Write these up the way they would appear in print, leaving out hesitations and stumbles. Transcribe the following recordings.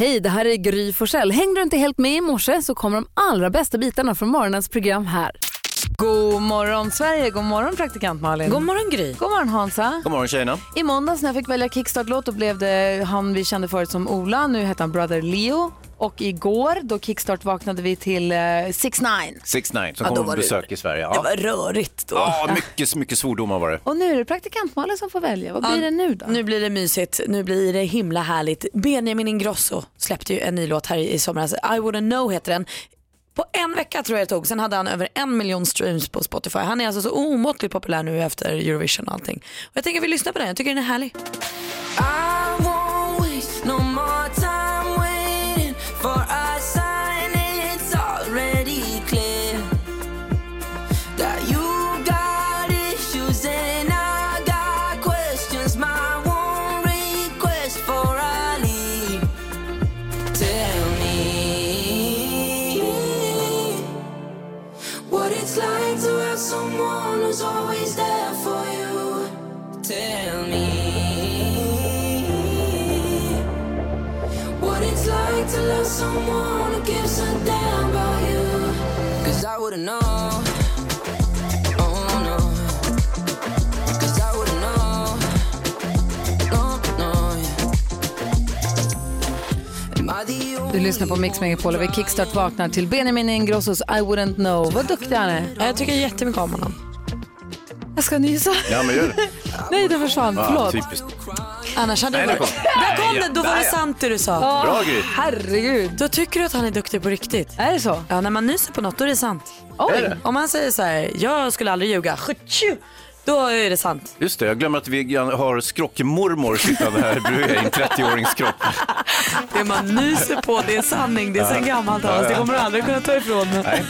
Hej, det här är Gry Forssell. Hängde du inte helt med i morse så kommer de allra bästa bitarna från morgonens program här. God morgon Sverige, god morgon praktikant Malin. God morgon Gry. God morgon Hansa. God morgon tjejerna. I måndags när jag fick välja kickstart-låt då blev det han vi kände förut som Ola. Nu heter han Brother Leo. Och igår då kickstart vaknade vi till 6ix9ine. 6ix9ine som kommer på besök i Sverige. Ja. Det var rörigt då. Ja, mycket svordomar var det. Och nu är det praktikant Malin som får välja. Vad blir det nu då? Nu blir det mysigt. Nu blir det himla härligt. Benjamin Ingrosso släppte ju en ny låt här i somras. I Wouldn't Know heter den. På en vecka tror jag det tog. Sen hade han över 1 miljon streams på Spotify. Han är alltså så omåttligt populär nu efter Eurovision och allting. Och jag tänker att vi lyssnar på den. Jag tycker den är härlig. I won't waste no more time waiting for a sign. It's already clear that you got issues and I got questions. My one request for a lead. Tell me what it's like to have someone who's always there for you. Tell me what it's like to love someone who gives a damn about you. 'Cause I wouldn't know. Oh no. 'Cause I wouldn't know. No. Du lyssnar på Mix Megapol och vi kickstart vaknar till Benjamin Ingrossos I Wouldn't Know. Vad duktig han är. Jag tycker jättemycket om honom. Jag ska nysa. Ja, men gör det. Nej, det försvann. Förlåt. Typiskt. Annars hade Nej, det varit... Där kom det, då var det sant det du sa. Bra Gry. Herregud. Då tycker du att han är duktig på riktigt. Är det så? Ja, när man nyser på något då är det sant. Oj. Om man säger så här, jag skulle aldrig ljuga. Då är det sant. Just det, jag glömmer att vi har skrockmormor sittande här bredvid i en 30-åringskropp. Det man nyser på, det är sanning. Det är sen gammalt. Det kommer du aldrig kunna ta ifrån. Nej.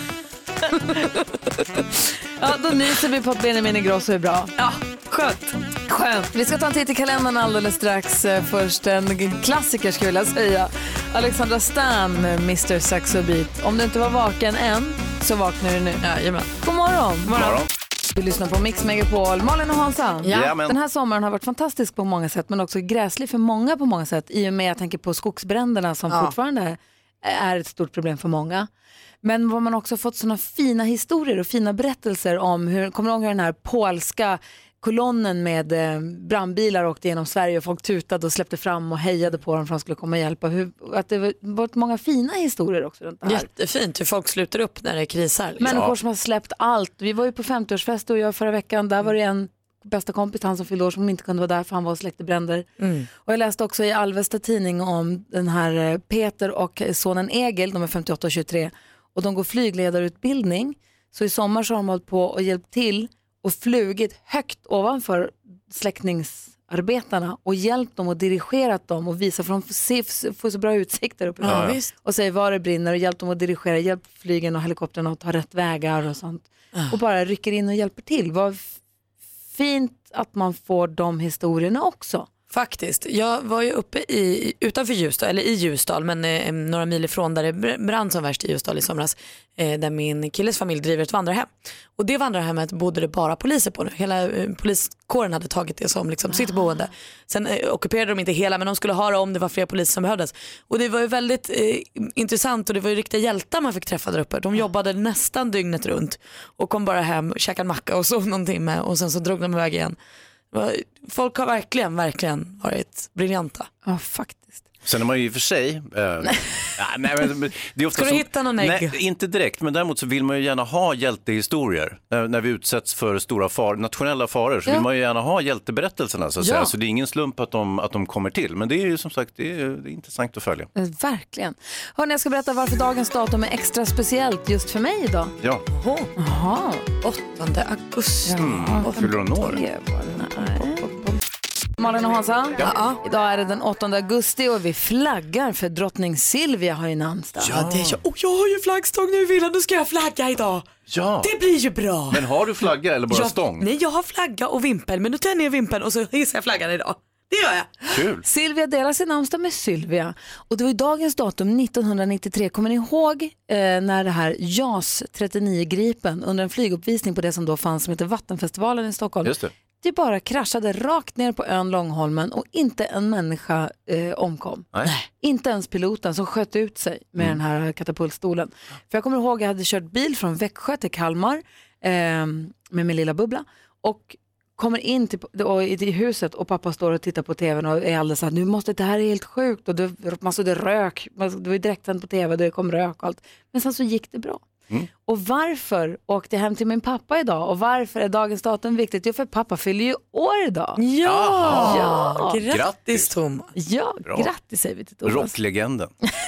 Ja, då nyser vi på att Benjamin Ingrosso är bra. Ja, skönt. Skönt. Vi ska ta en titt i kalendern alldeles strax. Först en klassiker skulle jag vilja säga. Alexandra Stan med Mr. Saxo Beat. Om du inte var vaken än så vaknar du nu. Jajamän. God morgon. God morgon. Vi lyssnar på Mix Megapol. Malin och Hansa. Ja, men. Den här sommaren har varit fantastisk på många sätt men också gräslig för många på många sätt. I och med jag tänker på skogsbränderna som fortfarande är ett stort problem för många. Men vad man också fått såna fina historier och fina berättelser om hur, kommer du ihåg den här polska kolonnen med brandbilar åkte genom Sverige och folk tutade och släppte fram och hejade på dem för att de skulle komma och hjälpa. Att det var många fina historier också runt det här. Jättefint hur folk sluter upp när det krisar. Liksom. Människor som har släppt allt. Vi var ju på 50-årsfest och jag förra veckan, där var det en bästa kompis, han som fyllde år, som inte kunde vara där för han var och släckte bränder. Och jag läste också i Alvesta tidning om den här Peter och sonen Egil, de är 58 och 23 och de går flygledarutbildning. Så i sommar så har de hållit på och hjälpt till och flugit högt ovanför släckningsarbetarna och hjälpt dem och dirigerat dem och visat för de får så bra utsikter uppe. Och säger var det brinner och hjälpt dem att dirigera, hjälpt flygen och helikopterna att ta rätt vägar och sånt. Och bara rycker in och hjälper till. Vad fint att man får de historierna också. Faktiskt. Jag var ju uppe utanför Ljusdal, eller i Ljusdal, men några mil ifrån där det brann som värst i Ljusdal i somras, där min killes familj driver ett vandrarhem. Och det vandrarhemmet bodde det bara poliser på nu. Hela poliskåren hade tagit det som liksom sitt boende. Sen ockuperade de inte hela, men de skulle ha det om det var fler poliser som behövdes. Och det var ju väldigt intressant och det var ju riktiga hjältar man fick träffa där uppe. De jobbade nästan dygnet runt och kom bara hem, käkade macka och sov någon timme och sen så drog de iväg igen. Folk har verkligen varit briljanta. Ja, faktiskt. Sen är man ju i och för sig... nej, men det är ofta ska du hitta någon ägg? Nej, inte direkt, men däremot så vill man ju gärna ha hjältehistorier. När vi utsätts för stora nationella faror så vill man ju gärna ha hjälteberättelserna. Så att säga. Så det är ingen slump att de kommer till. Men det är ju som sagt det är intressant att följa. Verkligen. Hörrni, jag ska berätta varför dagens datum är extra speciellt just för mig idag. Ja. Jaha. 8 augusti. Vad fyller hon år? Malin och Hansa. Ja. Idag är det den 8 augusti och vi flaggar för drottning Silvia har ju namnsdag. Ja, det är jag. Och jag har ju flaggstång nu, Villa. Nu ska jag flagga idag. Ja. Det blir ju bra. Men har du flagga eller bara stång? Nej, jag har flagga och vimpel. Men nu tar jag ner vimpeln och så hissar jag flaggan idag. Det gör jag. Kul. Silvia delar sin namnsdag med Sylvia. Och det var i dagens datum 1993. Kommer ni ihåg när det här JAS 39 Gripen under en flyguppvisning på det som då fanns som heter Vattenfestivalen i Stockholm. Just det. det bara kraschade rakt ner på ön Långholmen och inte en människa omkom. Nej. Inte ens piloten som sköt ut sig med den här katapultstolen. För jag kommer ihåg att jag hade kört bil från Växjö till Kalmar med min lilla bubbla och kommer in till huset och pappa står och tittar på tvn och är alldeles så här, nu måste det här är helt sjukt och man såg det rök, det var direkt sänd på tv, det kom rök och allt. Men sen så gick det bra. Och varför åkte jag hem till min pappa idag och varför är dagens datum viktigt? Jo, för pappa fyller ju år idag. Ja. Grattis Thomas. Ja, bra. Grattis säger vi till Thomas. Rocklegenden.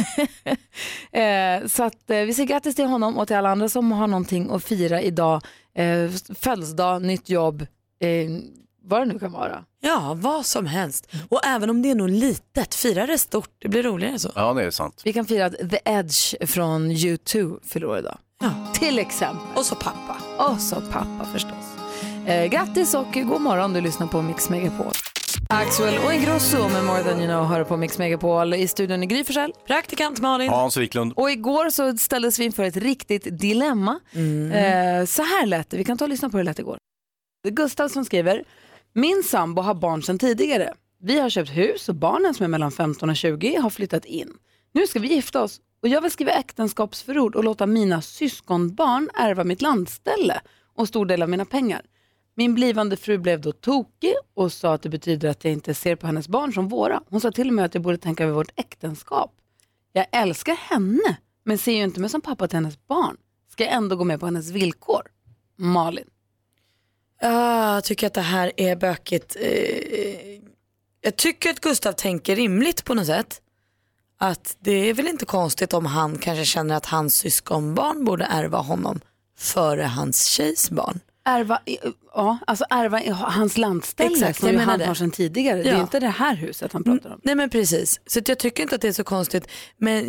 Så att vi säger grattis till honom och till alla andra som har någonting att fira idag. Födelsedag, nytt jobb, vad det nu kan vara. Ja, vad som helst. Och även om det är nog litet, fira det stort. Det blir roligare så. Ja, det är sant. Vi kan fira att The Edge från U2 fyller år idag. Ja. Till exempel. Och så pappa. Och så pappa förstås. Grattis och god morgon, du lyssnar på Mix Megapol. Axel och Ingrosso med More Than You Know hör på Mix Megapol. I studion i Gry Forssell. Praktikant Malin. Hans Wiklund. Och igår så ställdes vi inför ett riktigt dilemma. Så här lät det, vi kan ta och lyssna på hur det lät igår. Det är Gustav som skriver: min sambo har barn sedan tidigare. Vi har köpt hus och barnen som är mellan 15 och 20 har flyttat in. Nu ska vi gifta oss och jag vill skriva äktenskapsförord och låta mina syskonbarn ärva mitt landställe och stor del av mina pengar. Min blivande fru blev då tokig och sa att det betyder att jag inte ser på hennes barn som våra. Hon sa till och med att jag borde tänka över vårt äktenskap. Jag älskar henne men ser ju inte mig som pappa till hennes barn. Ska jag ändå gå med på hennes villkor? Malin. Jag tycker att det här är bökigt. Jag tycker att Gustav tänker rimligt på något sätt. Att det är väl inte konstigt om han kanske känner att hans syskonbarn borde ärva honom före hans tjejs barn. Ärva hans landställe. Exakt, som han har sedan tidigare. Ja. Det är inte det här huset han pratar om. Nej men precis, så jag tycker inte att det är så konstigt. Men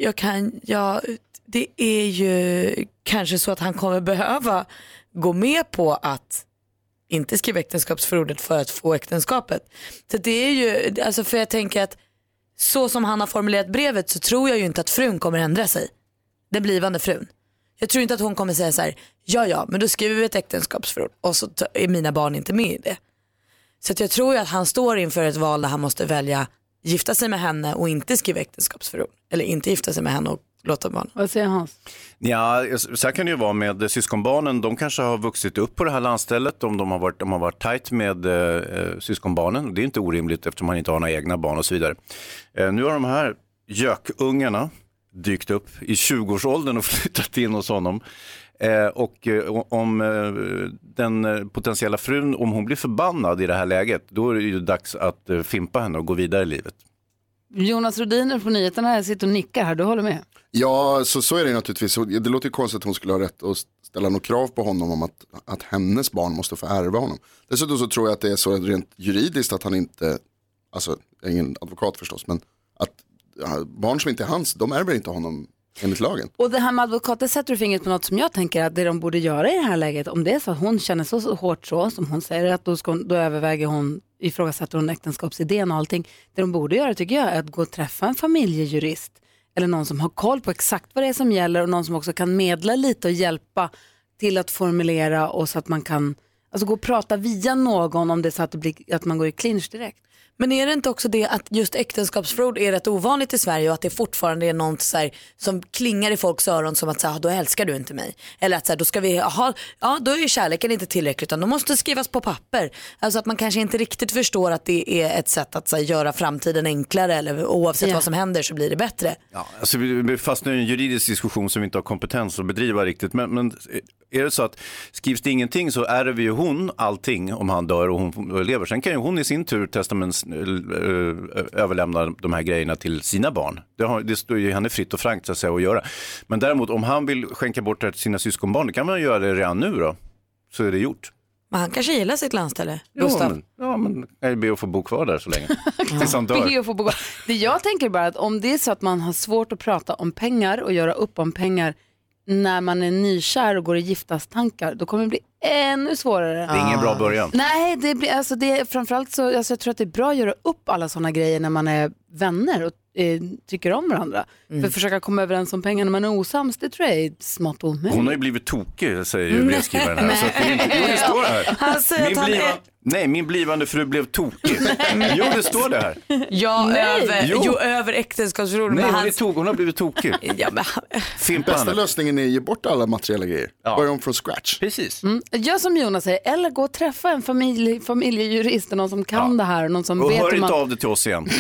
det är ju kanske så att han kommer behöva gå med på att inte skriva äktenskapsförordet för att få äktenskapet. Så det är ju, alltså för jag tänker att så som han har formulerat brevet så tror jag ju inte att frun kommer ändra sig. Den blivande frun. Jag tror inte att hon kommer säga så här: ja, men då skriver vi ett äktenskapsförord och så är mina barn inte med i det. Så att jag tror ju att han står inför ett val där han måste välja gifta sig med henne och inte skriva äktenskapsförord. Eller inte gifta sig med henne och låta barn. Vad säger Hans? Ja, så här kan det ju vara med syskonbarnen. De kanske har vuxit upp på det här landstället om de har varit tajt med syskonbarnen. Det är inte orimligt eftersom man inte har några egna barn och så vidare. Nu har de här gökungarna dykt upp i 20-årsåldern och flyttat in hos honom. Och om den potentiella frun, om hon blir förbannad i det här läget, då är det ju dags att fimpa henne och gå vidare i livet. Jonas Rodiner på nyheterna här sitter och nickar här, du håller med? Ja, så är det naturligtvis. Det låter ju konstigt att hon skulle ha rätt att ställa något krav på honom om att hennes barn måste få ärva honom. Dessutom så tror jag att det är så rent juridiskt att han inte, alltså jag är ingen advokat förstås, men att barn som inte är hans, de ärver inte honom enligt lagen. Och det här med advokat, det sätter du fingret på något som jag tänker att det de borde göra i det här läget, om det är så att hon känner så hårt så som hon säger, att då överväger hon, ifrågasätter hon äktenskapsidén och allting. Det de borde göra tycker jag är att gå och träffa en familjejurist eller någon som har koll på exakt vad det är som gäller och någon som också kan medla lite och hjälpa till att formulera och så att man kan alltså gå och prata via någon om det så att, att man går i clinch direkt. Men är det inte också det att just äktenskapsförord är rätt ovanligt i Sverige och att det fortfarande är något så här, som klingar i folks öron som att så här, då älskar du inte mig. Eller att så här, då ska vi ha, då är ju kärleken inte tillräckligt utan då måste skrivas på papper. Alltså att man kanske inte riktigt förstår att det är ett sätt att så här, göra framtiden enklare eller oavsett vad som händer så blir det bättre. Ja, alltså vi fastnar i en juridisk diskussion som vi inte har kompetens att bedriva riktigt. Men är det så att skrivs det ingenting så ärver ju hon allting om han dör och hon lever. Sen kan ju hon i sin tur överlämna de här grejerna till sina barn. Det står ju henne fritt och frankt så att säga att göra. Men däremot om han vill skänka bort det till sina syskonbarn, då kan man göra det redan nu då. Så är det gjort. Men han kanske gillar sitt landställe. Men jag ber att få bo kvar där så länge. Tills han dör. Det jag tänker bara att om det är så att man har svårt att prata om pengar och göra upp om pengar när man är nykär och går i giftastankar, då kommer det bli ännu svårare. Det är ingen bra början. Nej, det blir, alltså det, framförallt så jag tror att det är bra att göra upp alla sådana grejer när man är vänner och tycker om varandra. För att försöka komma överens om pengar när man är osams, det tror jag är smått omöjligt. Hon har ju blivit tokig, säger ju brevskrivaren här. Så att det är inte, det står här. Han säger min blivande fru blev tokig. Jo, det står det här. Över äktenskapsförord. Nej, hon har blivit tokig. Ja, men... Bästa lösningen är att ge bort alla materiella grejer. Börja om från scratch. Precis. Gör som Jonas säger, eller gå och träffa en familjejurist, någon som kan det här. Någon som och vet hör inte man... av det till oss igen.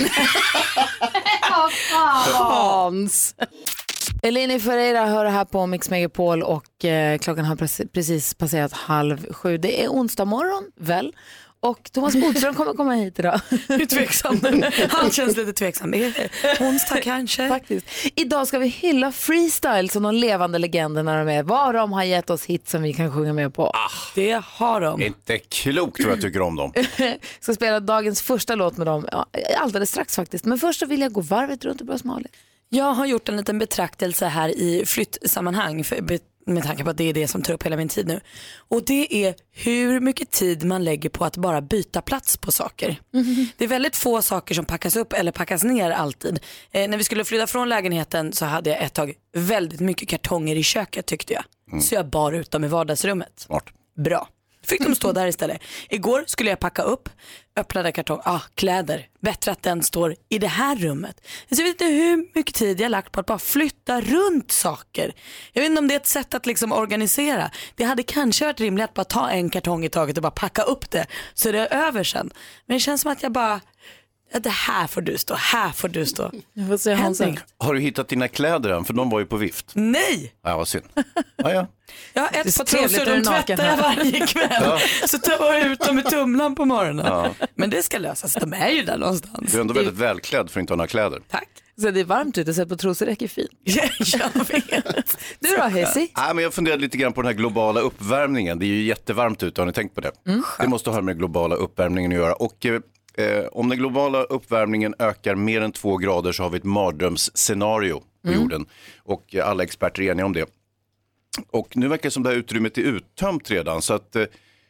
Hans. Eleni Ferreira hör det här på Mix Megapol och klockan har precis passerat 6:30. Det är onsdag morgon, väl? Och Thomas Bodström kommer komma hit idag. Hur tveksam. Han känns lite tveksam. Onsdag kanske. Faktiskt. Idag ska vi hylla freestyle som de levande legenderna de är. Vad de har gett oss hit som vi kan sjunga med på. Det har de. Inte klokt vad jag tycker om dem. Ska spela dagens första låt med dem alldeles strax faktiskt. Men först så vill jag gå varvet runt och börja smala. Jag har gjort en liten betraktelse här i flyttsammanhang med tanke på att det är det som tar upp hela min tid nu. Och det är hur mycket tid man lägger på att bara byta plats på saker. Det är väldigt få saker som packas upp eller packas ner alltid. När vi skulle flytta från lägenheten så hade jag ett tag väldigt mycket kartonger i köket tyckte jag. Så jag bar ut dem i vardagsrummet. Smart. Bra. Fick de stå där istället. Igår skulle jag packa upp, öppnade kartong, kläder. Bättre att den står i det här rummet. Så jag vet inte hur mycket tid jag lagt på att bara flytta runt saker. Jag vet inte om det är ett sätt att liksom organisera. Det hade kanske varit rimligt att bara ta en kartong i taget och bara packa upp det. Så det är över sen. Men det känns som att jag bara... Det här får du stå, här får du stå. Jag får se Hansen. Har du hittat dina kläder än? För de var ju på vift. Nej! Ja, vad synd. Ja. Jag har ett par trosor, de tvättar jag varje kväll. Så tar jag ut dem i tumlan på morgonen. Ja. Men det ska lösas, de är ju där någonstans. Du är ändå väldigt välklädd för att inte ha några kläder. Tack. Så det är varmt ute, så på trosor räcker fint. Jag vet. Du då, Hessi? Ja, men jag funderade lite grann på den här globala uppvärmningen. Det är ju jättevarmt ute, har ni tänkt på det? Det måste ha med globala uppvärmningen att göra. Och om den globala uppvärmningen ökar mer än 2 grader så har vi ett mardrömsscenario på jorden. Och alla experter är eniga om det. Och nu verkar det som det här utrymmet är uttömt redan. Så att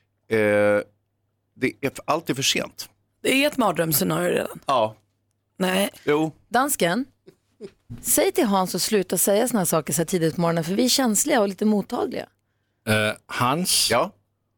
allt är för sent. Det är ett mardrömsscenario redan. Ja. Nej. Jo. Dansken, säg till Hans att sluta säga såna här saker så här tidigt på morgonen, för vi är känsliga och lite mottagliga. Hans, Ja.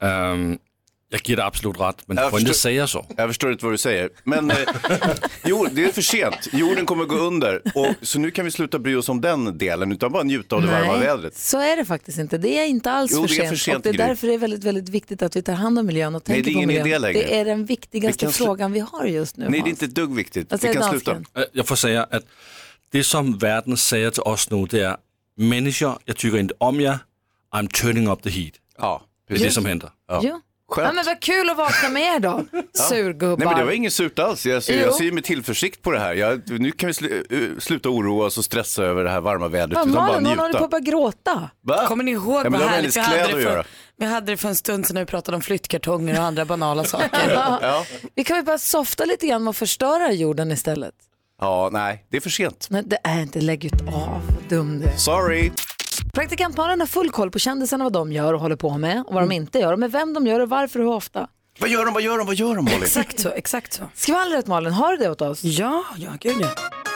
Jag ger dig absolut rätt, men du får inte säga så. Jag förstår inte vad du säger. Men jo, det är för sent. Jorden kommer gå under. Så nu kan vi sluta bry oss om den delen, utan bara njuta av det varma vädret. Så är det faktiskt inte. Det är inte alls för sent. Och det är därför det är väldigt, väldigt viktigt att vi tar hand om miljön och tänker på miljön. Det är den viktigaste frågan vi har just nu. Nej, det är inte ett dugg viktigt. Vi kan sluta. Jag får säga att det som världen säger till oss nu, det är människor, jag tycker inte om er, I'm turning up the heat. Ja, det är det som händer. Ja. Ja, men vad kul att vakna med er då, surgubbar. Nej, men det var inget surt alls. Jag ser med tillförsikt på det här. Nu kan vi sluta oroa oss och stressa över det här varma vädret. Vad Malin, hon håller på att bara gråta. Va? Kommer ni ihåg vad härligt vi hade det för en stund sedan när vi pratade om flyttkartonger och andra banala saker. Ja. Vi kan väl bara softa lite grann och förstöra jorden istället. Ja, nej, det är för sent. Nej, det är inte, lägg ut av, dum det. Sorry. Praktikantmannen har full koll på kändisarna, vad de gör och håller på med och vad de inte gör och med vem de gör och varför och hur ofta. Vad gör de Malin? Exakt så. Skvallret Malin, har du det åt oss? Ja, gud ja.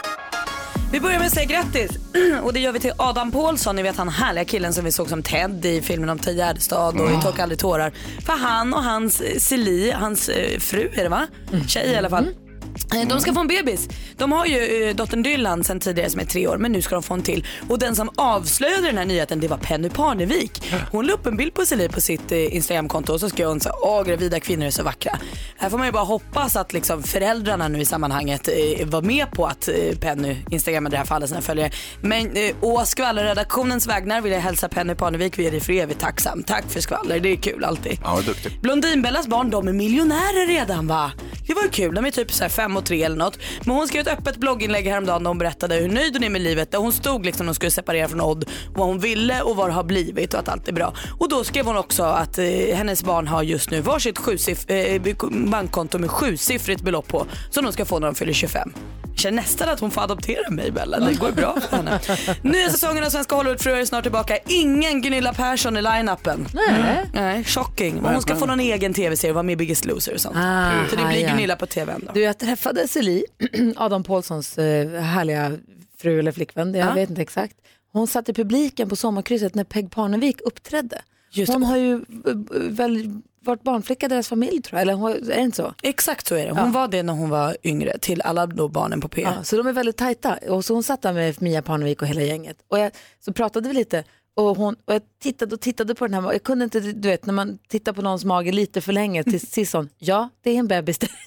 Vi börjar med att säga grattis. Och det gör vi till Adam Pålsson. Ni vet han härliga killen som vi såg som Ted i filmen om Ted Gärdestad och i Torka aldrig tårar. För han och hans Celie, hans fru är det va? Tjej i alla fall. De ska få en bebis. De har ju dottern Dylan sen tidigare som är 3 år, men nu ska de få en till. Och den som avslöjade den här nyheten, det var Penny Parnevik. Hon la upp en bild på Celie på sitt Instagramkonto och så skrev hon så här: gravida kvinnor är så vackra. Här får man ju bara hoppas att liksom föräldrarna nu i sammanhanget var med på att Penny Instagrammade det här fallet sina följare. Men å skvallerredaktionens vägnar vill jag hälsa Penny Parnevik, vi är för evigt tacksam. Tack för skvaller, det är kul alltid. Ja, duktig. Blondinbellas barn, de är miljonärer redan va? Det var ju kul, de är typ så här 5 och 3 eller något. Men hon skrev ett öppet blogginlägg häromdagen där hon berättade hur nöjd hon är med livet. Där hon stod liksom när hon skulle separera från Odd, vad hon ville och vad det har blivit och att allt är bra. Och då skrev hon också att hennes barn har just nu varsitt bankkonto med 7-siffrigt belopp på, som de ska få när de fyller 25. Jag känner nästan att hon får adoptera mig, Bella. Det går bra för henne. Nya säsongen av Svenska Hollywoodfruar är snart tillbaka. Ingen Gunilla Persson i line-upen. Nej, shocking. Hon ska få någon egen tv-serie, vara med i Biggest Loser och sånt. Så det blir Gunilla på tv ändå. Du, jag träffade Celie, Adam Paulssons härliga fru eller flickvän, jag vet inte exakt. Hon satt i publiken på sommarkrysset när Peg Parnevik uppträdde. Hon har ju väl varit barnflicka i deras familj, tror jag. Eller är det inte så? Exakt så är det. Hon var det när hon var yngre, till alla då barnen på P. Ja, så de är väldigt tajta. Och så hon satt där med Mia Parnevik och hela gänget. Och så pratade vi lite. Och jag tittade på den här. Jag kunde inte, du vet, när man tittar på någons mage lite för länge till sist sån, ja, det är en bebis där.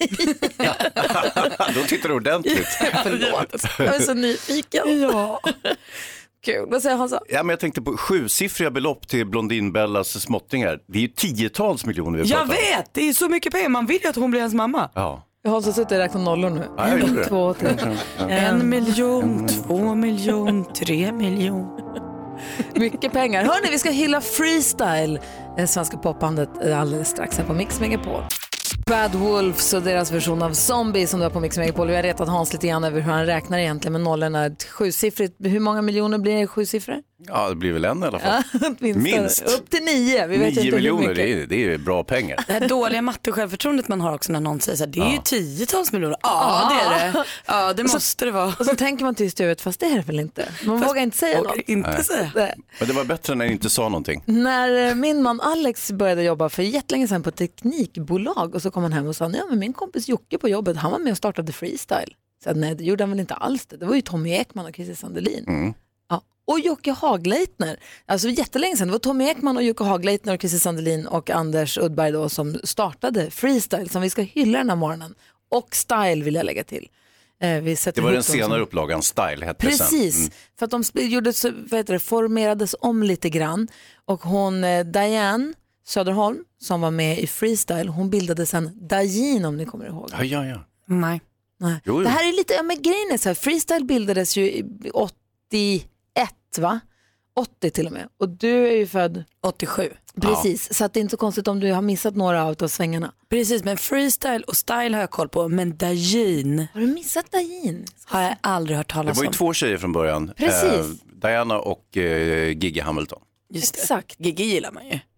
Då tittar du ordentligt. Förlåt. Jag är så nyfiken. Ja. Kul, vad säger han så? Ja, men jag tänkte på 7-siffriga belopp till Blondinbellas småttingar. Det är ju 10-tals miljoner vi pratar om. Jag vet, det är så mycket pengar. Man vill ju att hon blir ens mamma. Ja. Jag har så suttit och räknat nollor nu. Ja, jag gjorde det. 2, 3. 1 miljon, 2 miljon, 3 miljon. Mycket pengar. Hörrni, vi ska hylla Freestyle, svenska popbandet, alldeles strax här på Mix Megapol. Bad Wolves och deras version av Zombie som du har på Mix Megapol. Vi har retat Hans lite grann över hur han räknar egentligen med nollorna. 7-siffrigt. Hur många miljoner blir det 7-siffror? Ja, det blir väl en i alla fall. Minst. Upp till 9. Vi vet 9 inte miljoner, hur mycket. det är bra pengar. Det här dåliga matte- och självförtroendet man har också när någon säger så här, det är ju 10-tals miljoner. Ja, det är det. Ja, det måste det vara. Och så tänker man tyst i huvudet, fast det är det väl inte. Man vågar inte säga något. Inte säga. Men det var bättre när jag inte sa någonting. När min man Alex började jobba för jättelänge sedan på ett teknikbolag och så kom han hem och sa, ja men min kompis Jocke på jobbet, han var med och startade Freestyle. Så nej, det gjorde han väl inte alls det. Det var ju Tommy Ekman och Christer Sandelin. Ja. Och Jocke Hagleitner. Alltså jättelänge sedan. Det var Tommy Ekman och Jocke Hagleitner och Christer Sandelin och Anders Uddberg då som startade Freestyle som vi ska hylla den här morgonen. Och Style vill jag lägga till. Det var den senare upplagan, Style hette det sen. Precis, för att de gjorde så, formerades om lite grann. Och hon, Diane Söderholm, som var med i Freestyle, hon bildade sen Dajin, om ni kommer ihåg. Ja. Nej. Jo. Det här är lite, men grejen är så här, Freestyle bildades ju 81, va? 80 till och med. Och du är ju född 87. Precis, så att det är inte så konstigt om du har missat några av svängarna. Precis, men Freestyle och Style har jag koll på, men Dajin har du missat Dajin? har jag aldrig hört talas om. Det var ju 2 tjejer från början. Precis. Diana och Gigi Hamilton. Just det. Exakt. Gigi gillar man ju.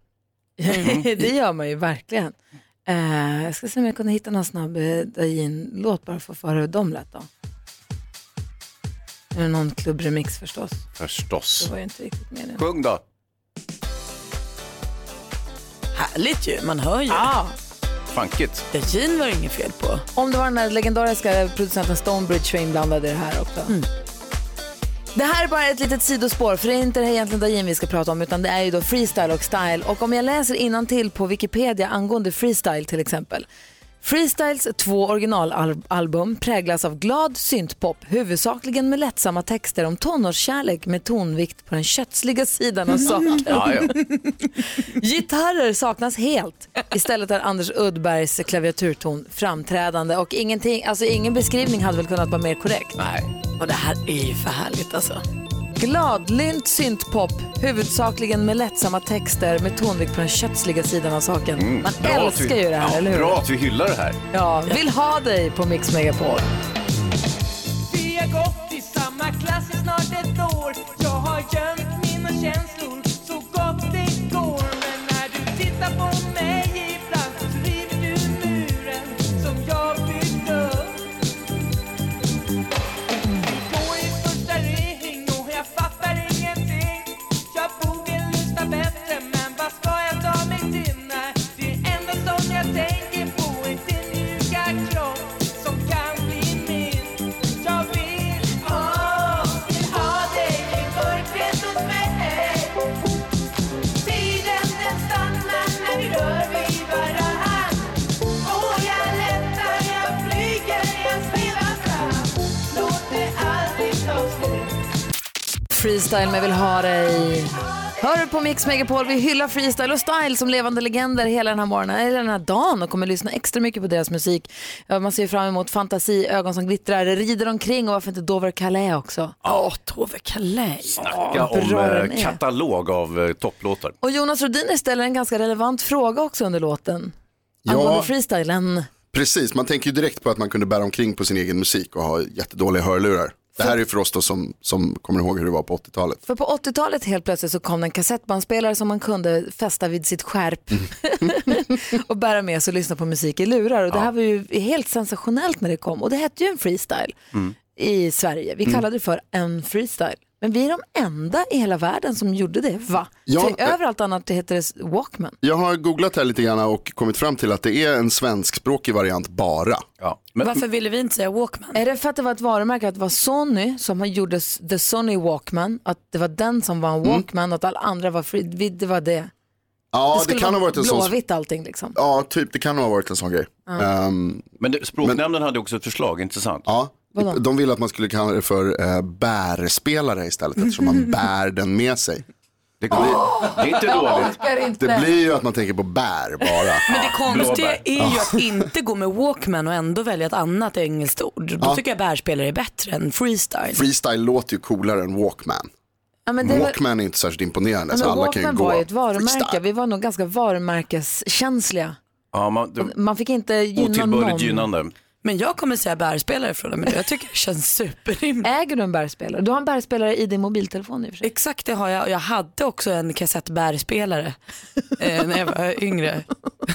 Det gör man ju verkligen. Jag ska se om jag kunde hitta någon snabb Dajin-låt bara för att få höra hur de lät då. Är det någon klubbremix förstås? Förstås. Det var ju inte riktigt meningen. Sjung då. Härligt ju, man hör ju. Funkigt. Dajin var det inget fel på. Om det var den där legendariska producenten Stonebridge var inblandad i det här också. Det här är bara ett litet sidospår, för det är inte egentligen Dajin vi ska prata om, utan det är ju då Freestyle och Style. Och om jag läser innantill på Wikipedia angående Freestyle till exempel. Freestyles 2 originalalbum präglas av glad syntpop, huvudsakligen med lättsamma texter om tonårskärlek med tonvikt på den kötsliga sidan av saken. Ja. Gitarrer saknas helt. Istället är Anders Uddbergs klaviaturton framträdande och ingenting, alltså ingen beskrivning hade väl kunnat vara mer korrekt. Nej. Och det här är ju för härligt alltså. Gladlynt syntpop, huvudsakligen med lättsamma texter med tonvikt på den kötsliga sidan av saken. Man älskar ju det här, eller hur? Bra att vi hyllar det här. Ja, vill ha dig på Mix Megapol. Vi har gått i samma klass i snart ett år. Jag har gömt mina känslor så gott det går. Men när du tittar på mig ibland så river du muren som jag byggt upp. Vi går i första ring och jag fattar ingenting. Jag borde lyssna bättre, men vad ska jag ta mig till? Nej, det enda som jag tänker på är din mjuka kropp som kan bli min. Jag vill ha dig i mörkret hos mig. Tiden den stannar när vi rör vid varann. Och jag lättar, jag flyger, jag svävar fram. Låt det aldrig ta slut. Freestyle med vill ha dig. Hör på Mix Megapol, vi hyllar Freestyle och Style som levande legender hela den här morgonen, eller den här dagen, och kommer lyssna extra mycket på deras musik. Man ser fram emot fantasi, ögon som glittrar, rider omkring, och varför inte Dover Calais också? Dover Calais. Snacka om katalog av topplåtar. Och Jonas Rodiner ställer en ganska relevant fråga också under låten. Angående freestylen. Precis, man tänker ju direkt på att man kunde bära omkring på sin egen musik och ha jättedåliga hörlurar. Det här är ju för oss då som kommer ihåg hur det var på 80-talet. För på 80-talet helt plötsligt så kom det en kassettbandspelare som man kunde fästa vid sitt skärp och bära med sig och lyssna på musik i lurar. Och det här var ju helt sensationellt när det kom. Och det hette ju en freestyle i Sverige. Vi kallade det för en freestyle. Men vi är de enda i hela världen som gjorde det, va? Ja, överallt annat det heter det Walkman. Jag har googlat här lite grann och kommit fram till att det är en svenskspråkig variant bara. Ja. Varför ville vi inte säga Walkman? Är det för att det var ett varumärke, att det var Sony som gjorde The Sony Walkman, att det var den som var en Walkman och att alla andra var free, det var det? Ja, det kan ha varit en sån. Blåvitt allting liksom. Ja, typ, det kan ha varit en sån grej. Men språknämnden hade också ett förslag, intressant. Ja, Vadå? de ville att man skulle kalla det för bärspelare istället eftersom man bär den med sig. Det är inte dåligt. Det blir ju att man tänker på bär bara. Men det konstiga är ju att inte gå med Walkman och ändå välja ett annat engelskt ord. Då tycker jag bärspelare är bättre än freestyle. Freestyle låter ju coolare än Walkman. Ja, men Walkman är inte särskilt imponerande. men Så alla Walkman kan ju gå var ju ett varumärke. freestyle. Vi var nog ganska varumärkeskänsliga. Ja, Man fick inte gynna otillbörligt någon. gynnande. Men jag kommer säga bärspelare från det, men jag tycker det känns superrimligt. Äger du en bärspelare? Du har en bärspelare i din mobiltelefon i och för sig. Exakt, det har jag. Och jag hade också en kassettbärspelare när jag var yngre.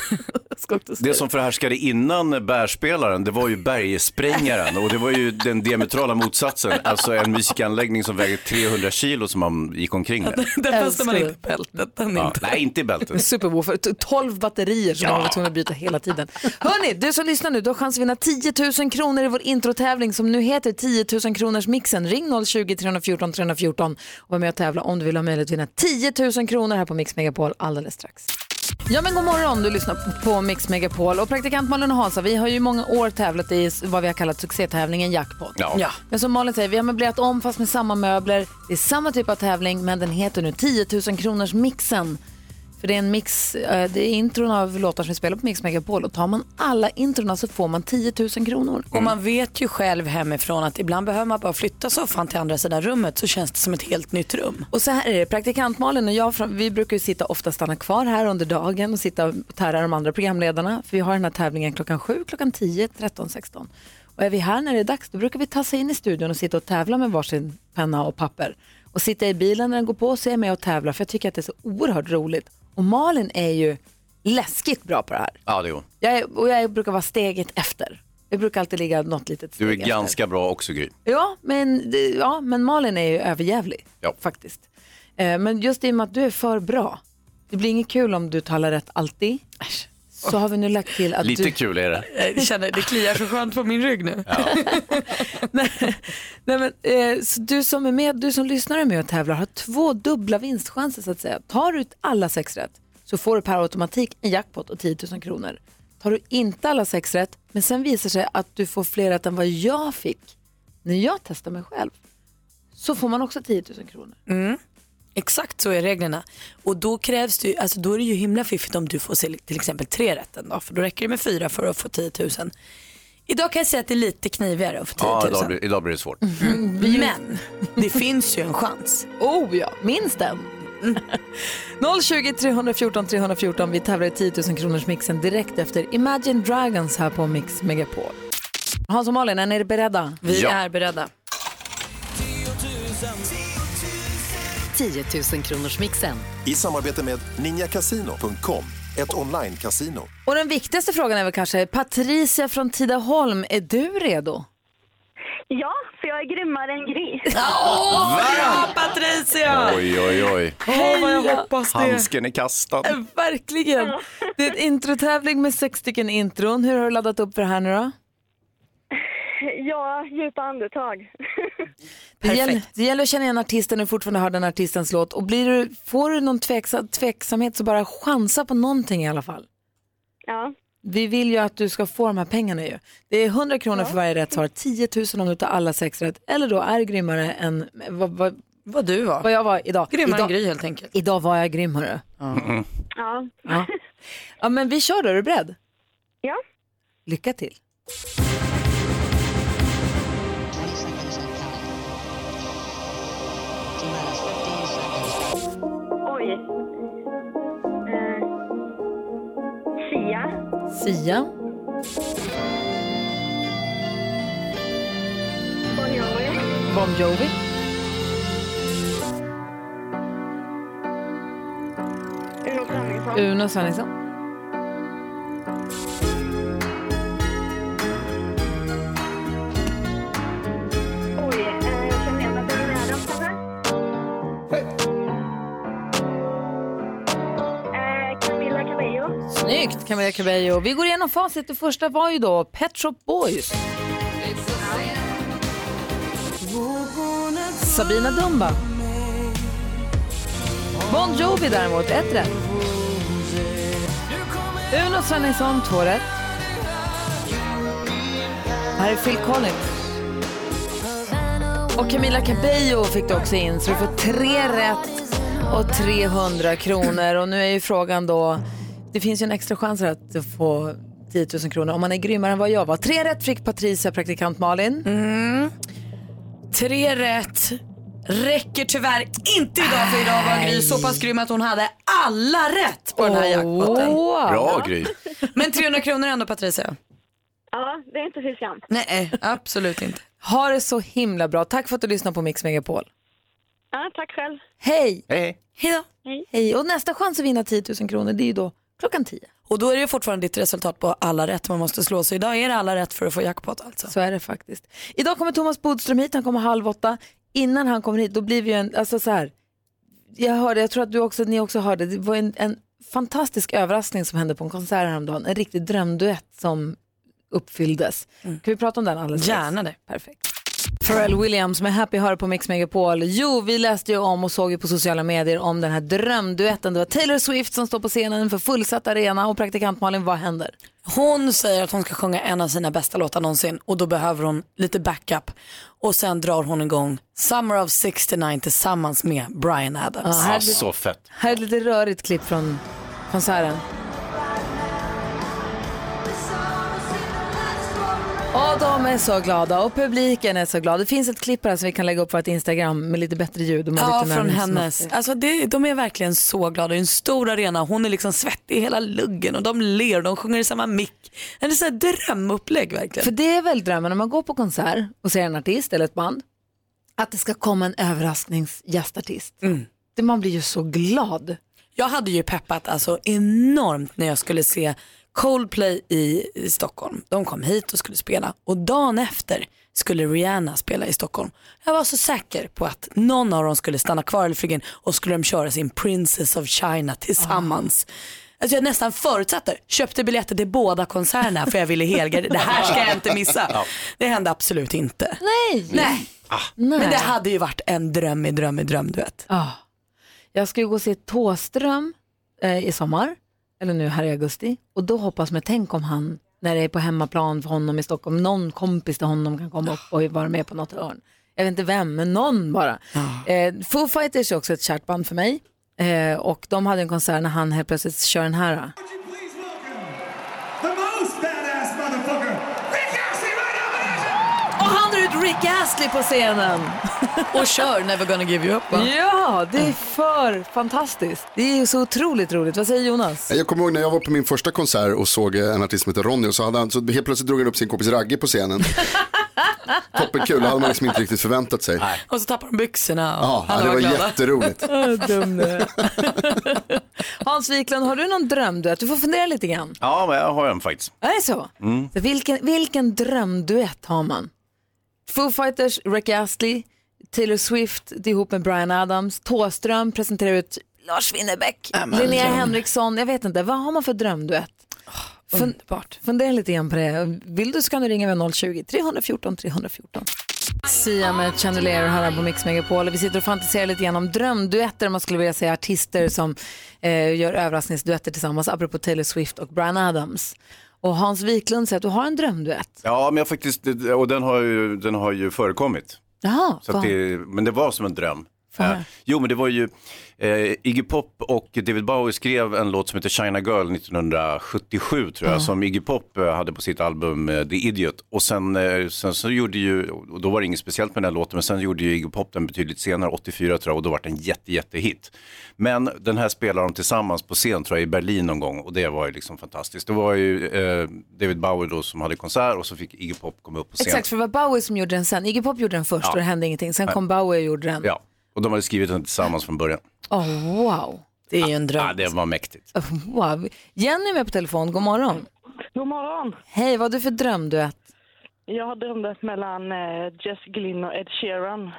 Det som förhärskade innan bärspelaren, det var ju bergsprängaren och det var ju den diametrala motsatsen. Alltså en musikanläggning som väger 300 kilo som man gick omkring med. Den fäste man inte i bältet. Nej, inte i bältet. Superwoofer, 12 batterier som man var tvungen att byta hela tiden. Hörni, du som lyssnar nu, du har chans att vinna 10 000 kronor i vår introtävling som nu heter 10 000 kronors mixen. Ring 020-314 314 och var med och tävla om du vill ha möjlighet att vinna 10 000 kronor här på Mix Megapol alldeles strax. Ja, men god morgon, du lyssnar på Mix Megapol och praktikant Malin och Hansa, vi har ju i många år tävlat i vad vi har kallat succétävlingen Jackpot. Ja. Men som Malin säger, vi har möblerat om fast med samma möbler. Det är samma typ av tävling, men den heter nu 10 000 kronors mixen. För det är en mix, det är intron av låtar som vi spelar på Mix Megapol och tar man alla introna så får man 10 000 kronor. Och man vet ju själv hemifrån att ibland behöver man bara flytta soffan till andra sidan rummet så känns det som ett helt nytt rum. Och så här är det, praktikant Malin och jag, vi brukar ju ofta stanna kvar här under dagen och sitta och tära de andra programledarna. För vi har den här tävlingen klockan 7, klockan 10, 13, 16. Och är vi här när det är dags, då brukar vi tassa in i studion och sitta och tävla med varsin penna och papper. Och sitta i bilen när den går på och se med och tävla, för jag tycker att det är så oerhört roligt. Och Malin är ju läskigt bra på det här. Ja, det är hon. Jag brukar vara steget efter. Jag brukar alltid ligga något litet steg Du är efter. ganska bra också, Gry. Ja, men Malin är ju överjävlig faktiskt. Men just i och med att du är för bra. Det blir inget kul om du talar rätt alltid. Så har vi nu lagt till att lite kul är det. Jag känner det kliar så skönt på min rygg nu. Ja. Nej, men, så du som är med, du som lyssnar är med och tävlar har 2 dubbla vinstchanser så att säga. Tar du alla 6 rätt så får du per automatik en jackpot och 10 000 kronor. Tar du inte alla 6 rätt, men sen visar sig att du får fler rätt än vad jag fick när jag testar mig själv, så får man också 10 000 kronor. Mm. Exakt så är reglerna. Och då krävs det ju, alltså då är det ju himla fiffigt om du får till exempel 3 rätt en dag, för då räcker det med 4 för att få 10 000. Idag kan jag säga att det är lite knivigare att få 10 000. Ja, idag blir det svårt. Men det finns ju en chans. Oh ja, minst den. 020-314 314. Vi tävlar i 10 000 kronors mixen direkt efter Imagine Dragons här på Mix Megapol. Hans och Malin, är ni beredda? Vi är beredda. 10 000 kronors mixen. I samarbete med ninjacasino.com, ett online-casino. Och den viktigaste frågan är väl kanske, Patricia från Tidaholm, är du redo? Ja, för jag är grymmare än Gry. Bra Patricia! Oj. Vad jag hoppas det. Handsken är kastad. Verkligen. Det är en introtävling med 6 stycken intron. Hur har du laddat upp för det här nu då? Ja, djupa andetag. Det gäller att känna igen artisten och fortfarande höra den artistens låt. Och får du någon tveksamhet så bara chansa på någonting i alla fall. Ja. Vi vill ju att du ska få de här pengarna ju. Det är 100 kronor för varje rätt svar, 10 000 om du tar alla 6 rätt. Eller då är grymmare än vad du var. Vad jag var idag. Grymmare än Gry helt enkelt. Idag var jag grymmare. Ja, men vi kör då, är du beredd? Ja. Lycka till. Oj. Sia. Sia. Bon Jovi. Uno Svenningsson. Snyggt, Camila Cabello. Vi går igenom facit. Det första var ju då Pet Shop Boys. Sabina Dumba. Bon Jovi däremot, 1 rätt. Uno Svenningsson, 2 rätt. Här är Phil Collins. Och Camila Cabello fick du också in, så du får 3 rätt och 300 kronor. Och nu är ju frågan då, det finns ju en extra chans att få 10 000 kronor om man är grymmare än vad jag var. 3 rätt fick Patricia, praktikant Malin. 3 rätt räcker tyvärr inte idag, för idag var Gry så pass grym att hon hade alla rätt på den här jackpotten. Bra Gry. Men 300 kronor ändå, Patricia. Ja, det är inte så skam. Nej, absolut inte. Ha det så himla bra. Tack för att du lyssnar på Mix Megapol. Ja, tack själv. Hej! Hej. Hej då. Hej. Och nästa chans att vinna 10 000 kronor, det är ju då 10:00. Och då är det fortfarande ditt resultat på alla rätt man måste slå. Så idag är det alla rätt för att få jackpot alltså. Så är det faktiskt. Idag kommer Thomas Bodström hit, han kommer 7:30. Innan han kommer hit, då blir vi ju alltså så här. Jag tror att ni också hörde, det var en fantastisk överraskning som hände på en konsert häromdagen. En riktig drömduett som uppfylldes. Kan vi prata om den alldeles? Gärna det. Perfekt. Pharrell Williams med Happy hör på Mix Megapol. Jo, vi läste ju om och såg ju på sociala medier om den här drömduetten. Det var Taylor Swift som står på scenen för fullsatt arena, och praktikant Malin, vad händer? Hon säger att hon ska sjunga en av sina bästa låtar någonsin, och då behöver hon lite backup. Och sen drar hon igång Summer of 69 tillsammans med Bryan Adams. Ja, så fett. Här är ett lite rörigt klipp från konserten. Och de är så glada och publiken är så glad. Det finns ett klipp här som vi kan lägga upp på ett Instagram med lite bättre ljud. Ja, från hennes. Alltså de är verkligen så glada. Det är en stor arena. Hon är liksom svettig i hela luggen och de ler och de sjunger i samma mick. Det är så här drömupplägg verkligen. För det är väl drömmen när man går på konsert och ser en artist eller ett band, att det ska komma en överraskningsgästartist. Man blir ju så glad. Jag hade ju peppat alltså enormt när jag skulle se Coldplay i Stockholm. De kom hit och skulle spela, och dagen efter skulle Rihanna spela i Stockholm. Jag var så säker på att någon av dem skulle stanna kvar i flygen och skulle de köra sin Princess of China tillsammans. Alltså jag nästan förutsatte, köpte biljetter till båda konserterna för jag ville helgardera. Det här ska jag inte missa. Det hände absolut inte. Nej. Men det hade ju varit en drömduett. Jag ska ju gå och se Thåström i sommar. Eller nu här i augusti. Och då hoppas man, tänk om han, när det är på hemmaplan för honom i Stockholm, någon kompis till honom kan komma upp och vara med på något hörn. Jag vet inte vem, men någon bara. Foo Fighters är också ett kärt band för mig. Och de hade en konsert när han helt plötsligt kör den här. Och han drar ut Rick Astley på scenen. Och kör Never Gonna Give You Up, va? Ja, det är för fantastiskt. Det är ju så otroligt roligt. Vad säger Jonas? Jag kommer ihåg när jag var på min första konsert och såg en artist som heter Ronny, och så hade han, så helt plötsligt drog han upp sin kompis Ragge på scenen. Toppenkul, det hade man liksom inte riktigt förväntat sig. Och så tappar de byxorna. Ja, det var jätteroligt. Hans Wiklund, har du någon drömduett? Du får fundera lite grann. Ja, men jag har en faktiskt. Är det så? Så vilken drömduett har man? Foo Fighters, Rick Astley, Taylor Swift ihop med Bryan Adams, Thåström presenterar ut Lars Winnerbäck, Linnea Henriksson, jag vet inte, vad har man för drömduett? Underbart. Fundera lite grann på det. Vill du så kan du ringa med 020-314-314. Sia med Chandelier här på Mix Megapol. Vi sitter och fantiserar lite grann om drömduetter, man skulle vilja säga artister som gör överraskningsduetter tillsammans, apropå Taylor Swift och Bryan Adams. Och Hans Wiklund säger att du har en drömduett. Ja, men jag faktiskt, och den har ju förekommit. Jaha, så att men det var som en dröm. Jo, men det var ju Iggy Pop och David Bowie skrev en låt som heter China Girl 1977 tror jag, som Iggy Pop hade på sitt album The Idiot. Och sen så gjorde ju, och då var det inget speciellt med den här låten, men sen gjorde ju Iggy Pop den betydligt senare, 84 tror jag, och då var det en jättehit. Men den här spelar de tillsammans på scen tror jag i Berlin någon gång, och det var ju liksom fantastiskt. Det var ju David Bowie då som hade konsert och så fick Iggy Pop komma upp på scen. Exakt, för det var Bowie som gjorde den sen. Iggy Pop gjorde den först och det hände ingenting. Sen kom Bowie och gjorde den. Ja, och de hade skrivit den tillsammans från början. Wow. Det är ju en dröm. Ja, det var mäktigt. Wow. Jenny är med på telefon, god morgon. God morgon. Hej, vad är du för drömduett? Jag har drömt mellan Jess Glynn och Ed Sheeran.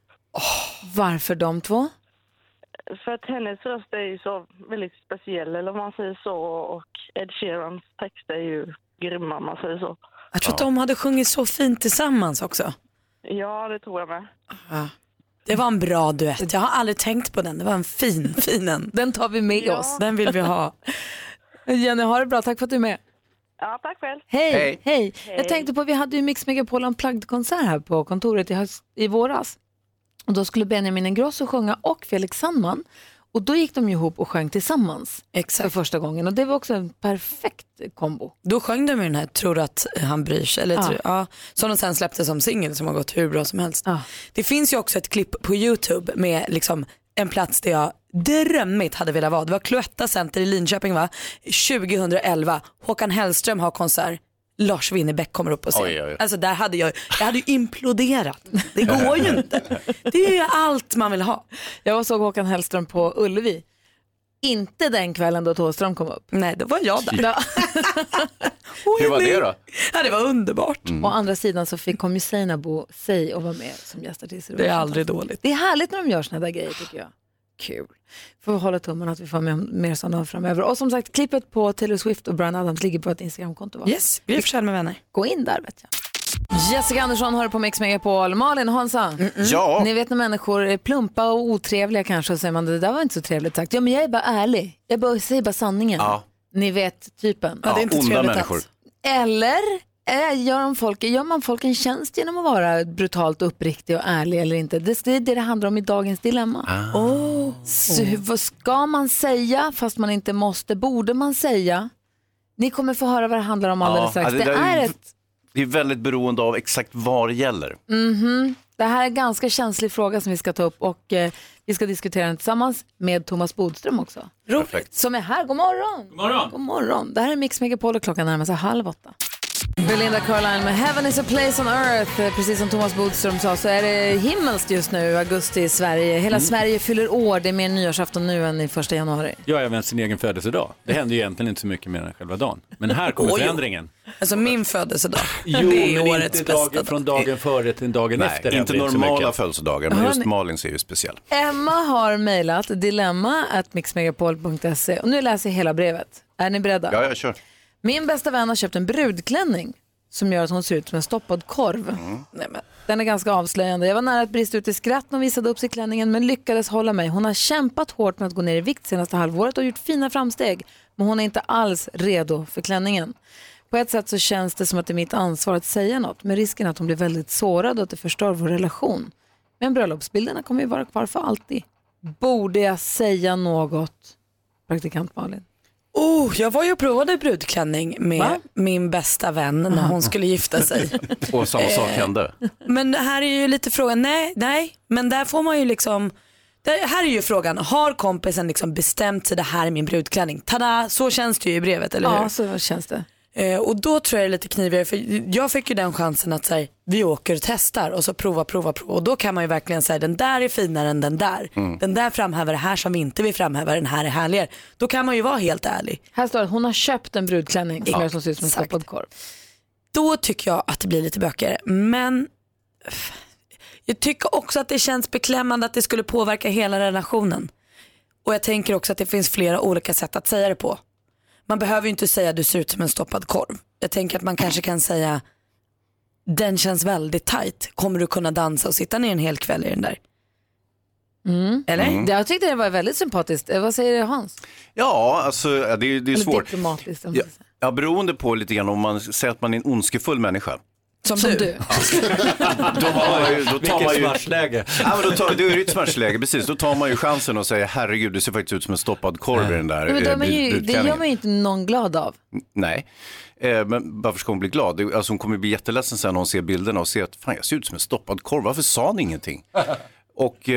Varför de två? För att hennes röst är ju så väldigt speciell, eller vad man säger så. Och Ed Sheerans text är ju grymma, man säger så. Jag tror att de hade sjungit så fint tillsammans också. Ja, det tror jag med. Det var en bra duett. Jag har aldrig tänkt på den. Det var en fin en. Den tar vi med oss. Den vill vi ha. Jenny, ha det bra. Tack för att du är med. Ja, tack själv. Hej. Jag tänkte på, vi hade ju Mix Megapol Unplugged-konsert här på kontoret i våras. Och då skulle Benjamin Ingrosso sjunga och Felix Sandman. Och då gick de ju ihop och sjöng tillsammans. Exakt. För första gången. Och det var också en perfekt kombo. Då sjöng de ju den här Tror att han bryr sig. Eller som de sen släppte som singel som har gått hur bra som helst. Det finns ju också ett klipp på YouTube med liksom en plats där jag drömmigt hade velat vara. Det var Cloetta Center i Linköping 2011. Håkan Hellström har konsert. Lars Winnerbäck kommer upp på scen. Oj. Alltså där hade jag hade ju imploderat. Det går ju inte. Det är ju allt man vill ha. Jag såg Håkan Hellström på Ullevi. Inte den kvällen då Thåström kom upp. Nej, då var jag där. Hur var det då? Ja, det var underbart. Å andra sidan så kom ju Seinabo sig och var med som gästartist. Det är aldrig dåligt. Det är härligt när de gör såna där grejer tycker jag. Kul. Får vi hålla tummen att vi får med mer sådana framöver. Och som sagt, klippet på Taylor Swift och Brian Adams ligger på ett Instagramkonto. Yes, Gry Forssell med vänner. Gå in där vet jag. Jessica Andersson hör på Mix Megapol. Malin och Hansa. Ja. Ni vet när människor är plumpa och otrevliga kanske och säger man det där var inte så trevligt sagt. Ja men jag är bara ärlig. Jag säger bara sanningen. Ja. Ni vet typen. Ja, det är inte onda trevligt människor. alls. Eller gör man folk en tjänst genom att vara brutalt uppriktig och ärlig eller inte? Det är det handlar om i dagens dilemma. Så vad ska man säga fast man inte måste? Borde man säga? Ni kommer få höra vad det handlar om alldeles strax. Det är väldigt beroende av exakt vad det gäller. Det här är en ganska känslig fråga som vi ska ta upp och vi ska diskutera den tillsammans med Thomas Bodström också. Perfekt. Som är här. God morgon. God morgon. Det här är Mix Megapol och klockan närmar sig 7:30. Belinda Carlisle med Heaven is a place on earth. Precis som Thomas Bodström sa så är det himmelskt just nu, augusti i Sverige. Hela Sverige fyller år, det är mer nyårsafton nu än i 1 januari. Ja, även sin egen födelsedag. Det händer ju egentligen inte så mycket mer än själva dagen. Men här kommer förändringen. Alltså min födelsedag. Jo, det är men årets inte bästa från dagen före till dagen efter. Inte normala födelsedagar, men just Malins är ju speciell. Emma har mejlat dilemma@mixmegapol.se och nu läser jag hela brevet. Är ni beredda? Ja, jag kör. Min bästa vän har köpt en brudklänning som gör att hon ser ut som en stoppad korv. Den är ganska avslöjande. Jag var nära att brista ut i skratt när hon visade upp sig klänningen men lyckades hålla mig. Hon har kämpat hårt med att gå ner i vikt senaste halvåret och gjort fina framsteg. Men hon är inte alls redo för klänningen. På ett sätt så känns det som att det är mitt ansvar att säga något. Men risken är att hon blir väldigt sårad och att det förstör vår relation. Men bröllopsbilderna kommer ju vara kvar för alltid. Borde jag säga något? Praktikant Malin. Jag var ju och provade brudklänning med min bästa vän när hon skulle gifta sig. Och samma sak hände. Men här är ju lite frågan, nej, men där får man ju liksom, här är ju frågan, har kompisen liksom bestämt sig det här är min brudklänning? Tada, så känns det ju i brevet, eller hur? Ja, så känns det. Och då tror jag det är lite knivigare för jag fick ju den chansen att säga vi åker och testar och så prova och då kan man ju verkligen säga den där är finare än den där. Den där framhäver det här som vi inte vill framhäva, den här är härligare. Då kan man ju vara helt ärlig. Här står att hon har köpt en brudklänning som ser ut som en stoppad korv. Då tycker jag att det blir lite bökigare, men jag tycker också att det känns beklämmande att det skulle påverka hela relationen. Och jag tänker också att det finns flera olika sätt att säga det på. Man behöver ju inte säga att du ser ut som en stoppad korv. Jag tänker att man kanske kan säga den känns väldigt tajt. Kommer du kunna dansa och sitta ner en hel kväll i den där? Eller? Jag tyckte det var väldigt sympatiskt. Vad säger du, Hans? Ja, alltså det är svårt. Diplomatiskt. Ja, beroende på lite grann om man säger att man är en ondskefull människa. Som du. Då tar man ju smashläge. Ja, men då är det ett smashläge, precis. Då tar man ju chansen och säger herregud, det ser faktiskt ut som en stoppad korv i den där. Men det gör man ju inte någon glad av. Nej. Men varför ska hon bli glad? Alltså hon kommer bli jätteledsen sen när hon ser bilderna och ser att fan, jag ser ut som en stoppad korv. Varför sa ni ingenting? Och det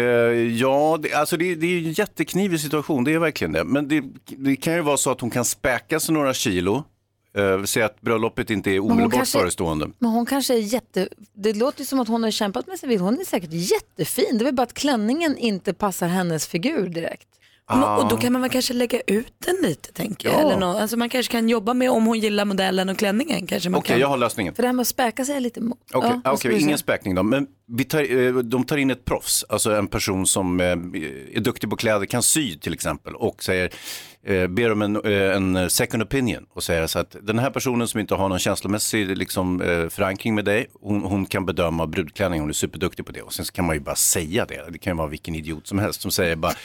är en jätteknivig situation, det är verkligen det. Men det kan ju vara så att hon kan späka sig några kilo. Säga att bröllopet inte är omedelbart förestående. Men hon kanske är det låter ju som att hon har kämpat med sig. Hon är säkert jättefin. Det är väl bara att klänningen inte passar hennes figur direkt. Och då kan man väl kanske lägga ut den lite, tänker jag. Eller något. Alltså man kanske kan jobba med om hon gillar modellen och klänningen. Okej, jag har lösningen. För det här med att späka sig är lite Okej, ingen späkning då. Men de tar in ett proffs. Alltså en person som är duktig på kläder, kan sy till exempel. Och ber om en second opinion. Och säger så att den här personen som inte har någon känslomässig förankring med dig. Hon kan bedöma brudklänning, hon är superduktig på det. Och sen så kan man ju bara säga det. Det kan ju vara vilken idiot som helst som säger bara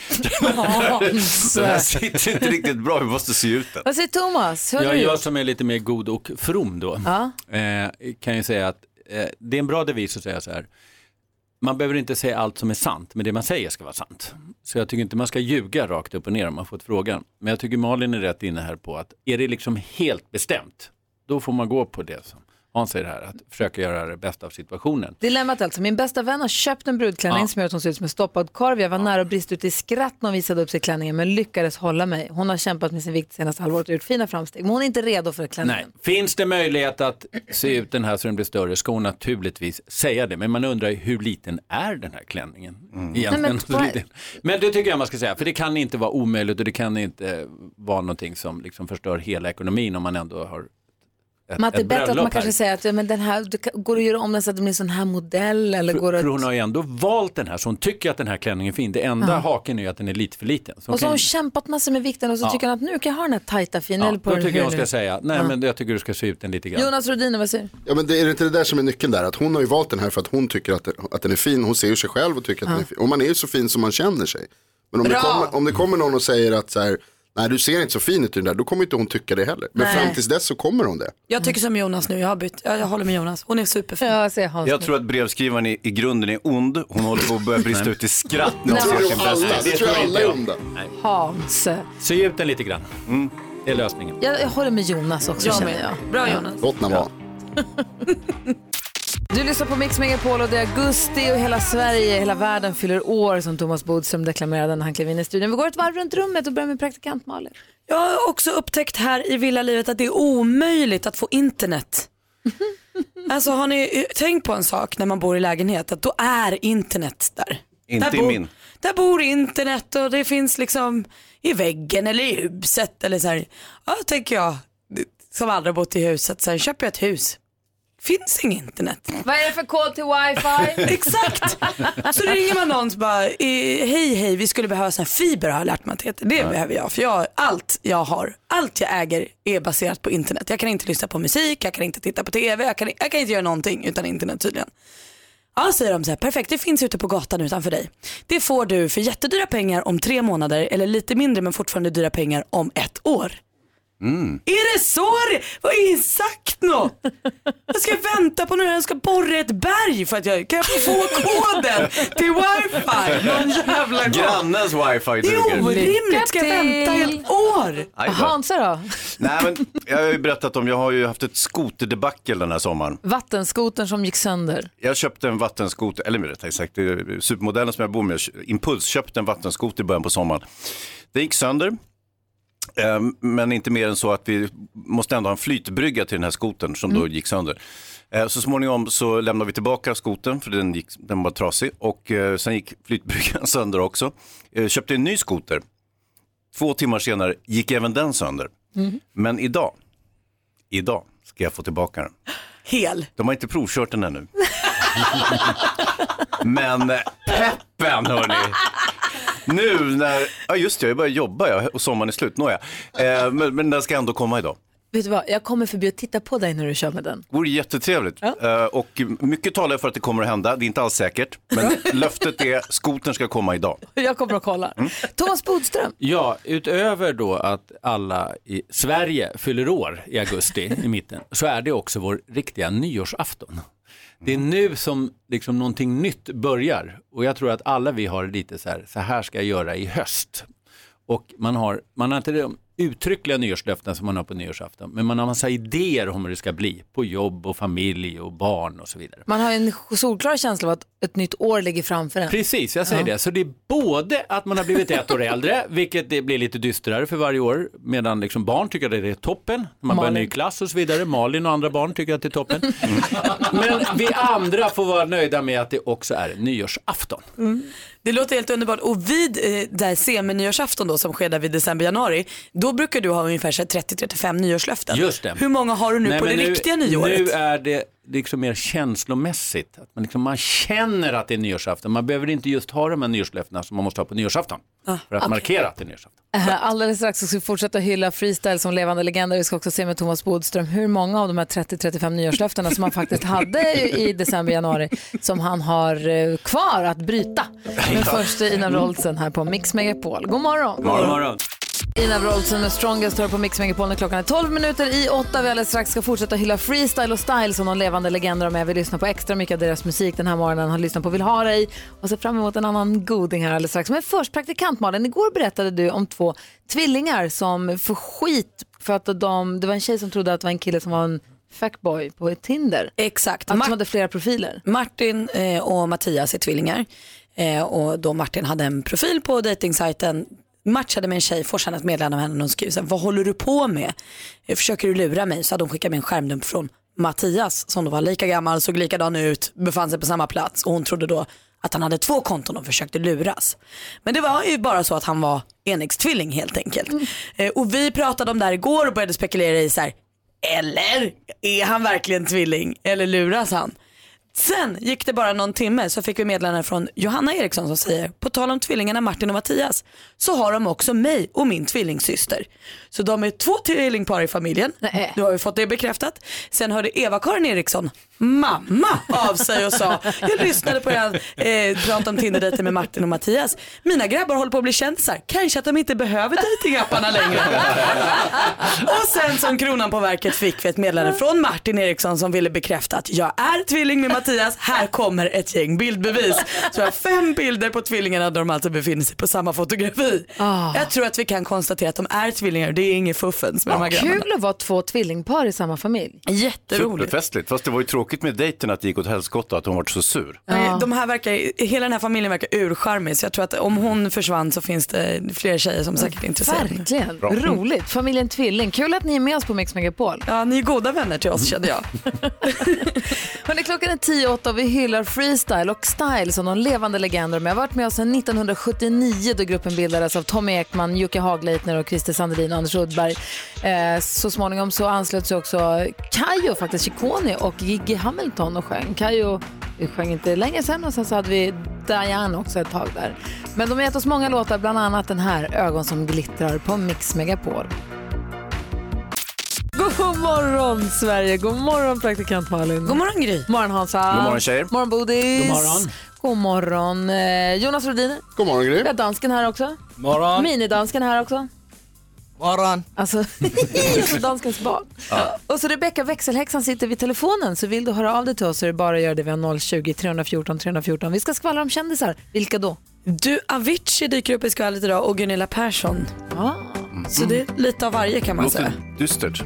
det här sitter inte riktigt bra, vi måste se ut den. Vad säger Thomas? Jag som är lite mer god och from då kan ju säga att det är en bra devis att säga så här: man behöver inte säga allt som är sant, men det man säger ska vara sant. Så jag tycker inte man ska ljuga rakt upp och ner om man fått frågan. Men jag tycker Malin är rätt inne här på att är det liksom helt bestämt, då får man gå på det som Hans säger här, att försöka göra det bästa av situationen. Dilemmat alltså, min bästa vän har köpt en brudklänning som gör att hon ser ut som en stoppad korv. Jag var nära att brista ut i skratt när hon visade upp sig klänningen, men lyckades hålla mig. Hon har kämpat med sin vikt senaste halvåret och gjort fina framsteg, men hon är inte redo för klänningen. Nej. Finns det möjlighet att se ut den här så den blir större, ska hon naturligtvis säga det. Men man undrar ju hur liten är den här klänningen egentligen. Men det tycker jag man ska säga, för det kan inte vara omöjligt och det kan inte vara någonting som liksom förstör hela ekonomin om man ändå har Men det är bättre att man kanske säger att men den här, går det att göra om den så att det blir en sån här modell? Eller för hon har ju ändå valt den här, så hon tycker att den här klänningen är fin. Det enda haken är ju att den är lite för liten. Så och så har hon kämpat massor med vikten och så tycker han att nu kan jag ha den här tajta fin. Eller på då tycker jag hon ska säga, nej men jag tycker du ska se ut den lite grann. Jonas Rodin, vad säger du? Ja, men det är inte det där som är nyckeln där, att hon har ju valt den här för att hon tycker att den är fin. Hon ser ju sig själv och tycker att den är fin. Och man är ju så fin som man känner sig. Men om det kommer någon och säger att så här, nej, du ser inte så fin ut i den där, då kommer inte hon tycka det heller. Men fram tills dess så kommer hon det. Jag tycker som Jonas nu, jag har bytt. Jag håller med Jonas, hon är superfin. Jag tror att brevskrivaren i grunden är ond. Hon håller på att börja brista ut i skratt när hon ser sin bästa. Det tror jag alla är onda. Hans. Se ut den lite grann. Det är lösningen. Jag håller med Jonas också, känner jag. Bra Jonas. Låt när vara. Du lyssnar på Mix Megapol och det är augusti och hela Sverige, hela världen fyller år, som Thomas Bodström deklarerade när han klev in i studion. Vi går ett varv runt rummet och börjar med praktikant Malin. Jag har också upptäckt här i villalivet att det är omöjligt att få internet. Alltså har ni tänkt på en sak när man bor i lägenhet, att då är internet där. Inte i min. Där bor internet och det finns liksom i väggen eller i huset eller så här. Ja, tänker jag som aldrig bott i huset, så här, köper jag ett hus. Finns inget internet. Vad är det för kod till wifi? Exakt. Så ringer man någon som bara, hej, vi skulle behöva sån här fiber, har jag lärt mig att det behöver jag. För allt jag äger är baserat på internet. Jag kan inte lyssna på musik, jag kan inte titta på tv, jag kan inte göra någonting utan internet tydligen. Ja, säger de så här, perfekt, det finns ute på gatan utanför dig. Det får du för jättedyra pengar om 3 månader eller lite mindre men fortfarande dyra pengar om 1 år. Är det så? Vad är exakt något? Jag ska vänta på när jag ska borra ett berg för att jag kan få koden till wifi. Någon jävla grannens wifi. Det är orimligt. Ska jag vänta ett år? Hansa då? Nej, men jag har ju berättat om, jag har ju haft ett skoterdebackel den här sommaren. Vattenskotern som gick sönder. Jag köpte en vattenskoter, eller rättare sagt, supermodellen som jag bor med, Impuls, köpte en vattenskoter i början på sommaren. Det gick sönder. Men inte mer än så att vi måste ändå ha en flytbrygga till den här skotern som då gick sönder. Så småningom så lämnade vi tillbaka skotern för den var trasig och sen gick flytbryggan sönder också. Köpte en ny skoter. 2 timmar senare gick även den sönder. Men idag ska jag få tillbaka den. Hel. De har inte provkört den ännu. Men peppen hörni. Nu när, ja just det, jag börjar jobba och sommaren är slut, men den ska ändå komma idag. Vet du vad, jag kommer förbi att titta på dig när du kör med den. Det vore jättetrevligt. Och mycket talar för att det kommer att hända. Det är inte alls säkert. Men löftet är skotern ska komma idag. Jag kommer att kolla. Thomas Bodström. Ja, utöver då att alla i Sverige fyller år i augusti i mitten, så är det också vår riktiga nyårsafton. Det är nu som liksom någonting nytt börjar. Och jag tror att alla vi har lite så här ska jag göra i höst. Och man har inte de uttryckliga nyårslöften som man har på nyårsafton. Men man har massa idéer om hur det ska bli på jobb och familj och barn och så vidare. Man har en solklar känsla av att ett nytt år ligger framför en. Precis, jag säger det. Så det är både att man har blivit ett år äldre, vilket det blir lite dystrare för varje år. Medan liksom barn tycker att det är toppen. Man börjar ny klass och så vidare. Malin och andra barn tycker att det är toppen. Men vi andra får vara nöjda med att det också är nyårsafton. Det låter helt underbart. Och vid där semi-nyårsafton då, som sker där vid december-januari, då brukar du ha ungefär 30-35 nyårslöften. Just det. Hur många har du nu på det riktiga nyåret? Nu är det liksom mer känslomässigt. Att man känner att det är nyårsafton. Man behöver inte just ha de här nyårslöftena som man måste ha på nyårsafton. För att markera att det är nyårsafton. Alldeles strax ska vi fortsätta hylla freestyle som levande legender. Vi ska också se med Thomas Bodström hur många av de här 30-35 nyårslöftena som han faktiskt hade i december-januari som han har kvar att bryta. Men först Ina Wroldsen här på Mix Megapol. God morgon! God morgon! Ina Wroldsen med Strongest hör på Mix Megapol när klockan är 12 minuter i 8. Vi alldeles strax ska fortsätta hylla freestyle och style som de levande legender om. Jag vill lyssna på extra mycket av deras musik den här morgonen. Har lyssnat på Vill ha dig och ser fram emot en annan goding här alldeles strax. Men först praktikant Malin, igår berättade du om 2 tvillingar som får skit för att det var en tjej som trodde att det var en kille som var en fuckboy på Tinder. Exakt. Att de hade flera profiler. Martin och Mattias är tvillingar. Och då Martin hade en profil på dejtingsajten, matchade med en tjej, får sedan ett meddelande av henne och hon skriver så här: vad håller du på med? Försöker du lura mig? Så hade hon skickat med en skärmdump från Mattias som då var lika gammal, såg likadan ut, befann sig på samma plats och hon trodde då att han hade 2 konton och försökte luras. Men det var ju bara så att han var enäggstvilling helt enkelt. Och vi pratade om det här igår och började spekulera i så här: eller är han verkligen tvilling eller luras han? Sen gick det bara någon timme så fick vi meddelande från Johanna Eriksson som säger: på tal om tvillingarna Martin och Mattias så har de också mig och min tvillingsyster. Så de är 2 tvillingpar i familjen. Nu har vi fått det bekräftat. Sen hörde Eva-Karin Eriksson mamma av sig och sa: jag lyssnade på er prata om Tinder-dejten med Martin och Mattias. Mina grabbar håller på att bli kändisar. Kanske att de inte behöver dejtingapparna längre. Och sen som kronan på verket fick vi ett meddelande från Martin Eriksson som ville bekräfta att jag är tvilling med Mattias. Här kommer ett gäng bildbevis. Så jag har 5 bilder på tvillingarna där de alltså befinner sig på samma fotografi. Jag tror att vi kan konstatera att de är tvillingar. Det är inget fuffens med de här grabbarna. Kul att vara 2 tvillingpar i samma familj. Jätteroligt. Superfestligt, fast det var ju tråkigt med dejten att det gick åt helskotta att hon var så sur. De här hela den här familjen verkar urcharmig, så jag tror att om hon försvann så finns det fler tjejer som säkert är intresserade. Verkligen, roligt. Familjen Tvilling, kul att ni är med oss på Mix Megapol. Ja, ni är goda vänner till oss, kände jag. Hörrni, klockan är 10:08 och vi hyllar freestyle och style som de levande legender. Jag har varit med oss sedan 1979 då gruppen bildades av Tommy Ekman, Jocke Hagleitner och Christer Sandelin och Anders Uddberg. Så småningom så anslöt sig också Kajo, faktiskt Ciccone och Gigi Hamilton och sjöng. Kajo sjöng inte länge sedan och sen så hade vi Diane också ett tag där. Men de har gett oss många låtar, bland annat den här Ögon som glittrar på Mix Megapol. God morgon Sverige, god morgon praktikant Malin. God morgon Gry. Morgon Hansa. God morgon tjejer. Morgon Bodis. God morgon. God morgon Jonas Rodiner. God morgon Gry. Vi har dansken här också. Morgon. Minidansken här också. Morgon. Alltså, danskens barn. Och så Rebecca Växelhäxan sitter vid telefonen, så vill du höra av dig till oss så är det bara att göra det. Vi har 020-314-314. Vi ska skvallra om kändisar. Vilka då? Du, Avicii dyker upp i skvallret idag och Gunilla Persson. Så det är lite av varje kan man säga. Dystert.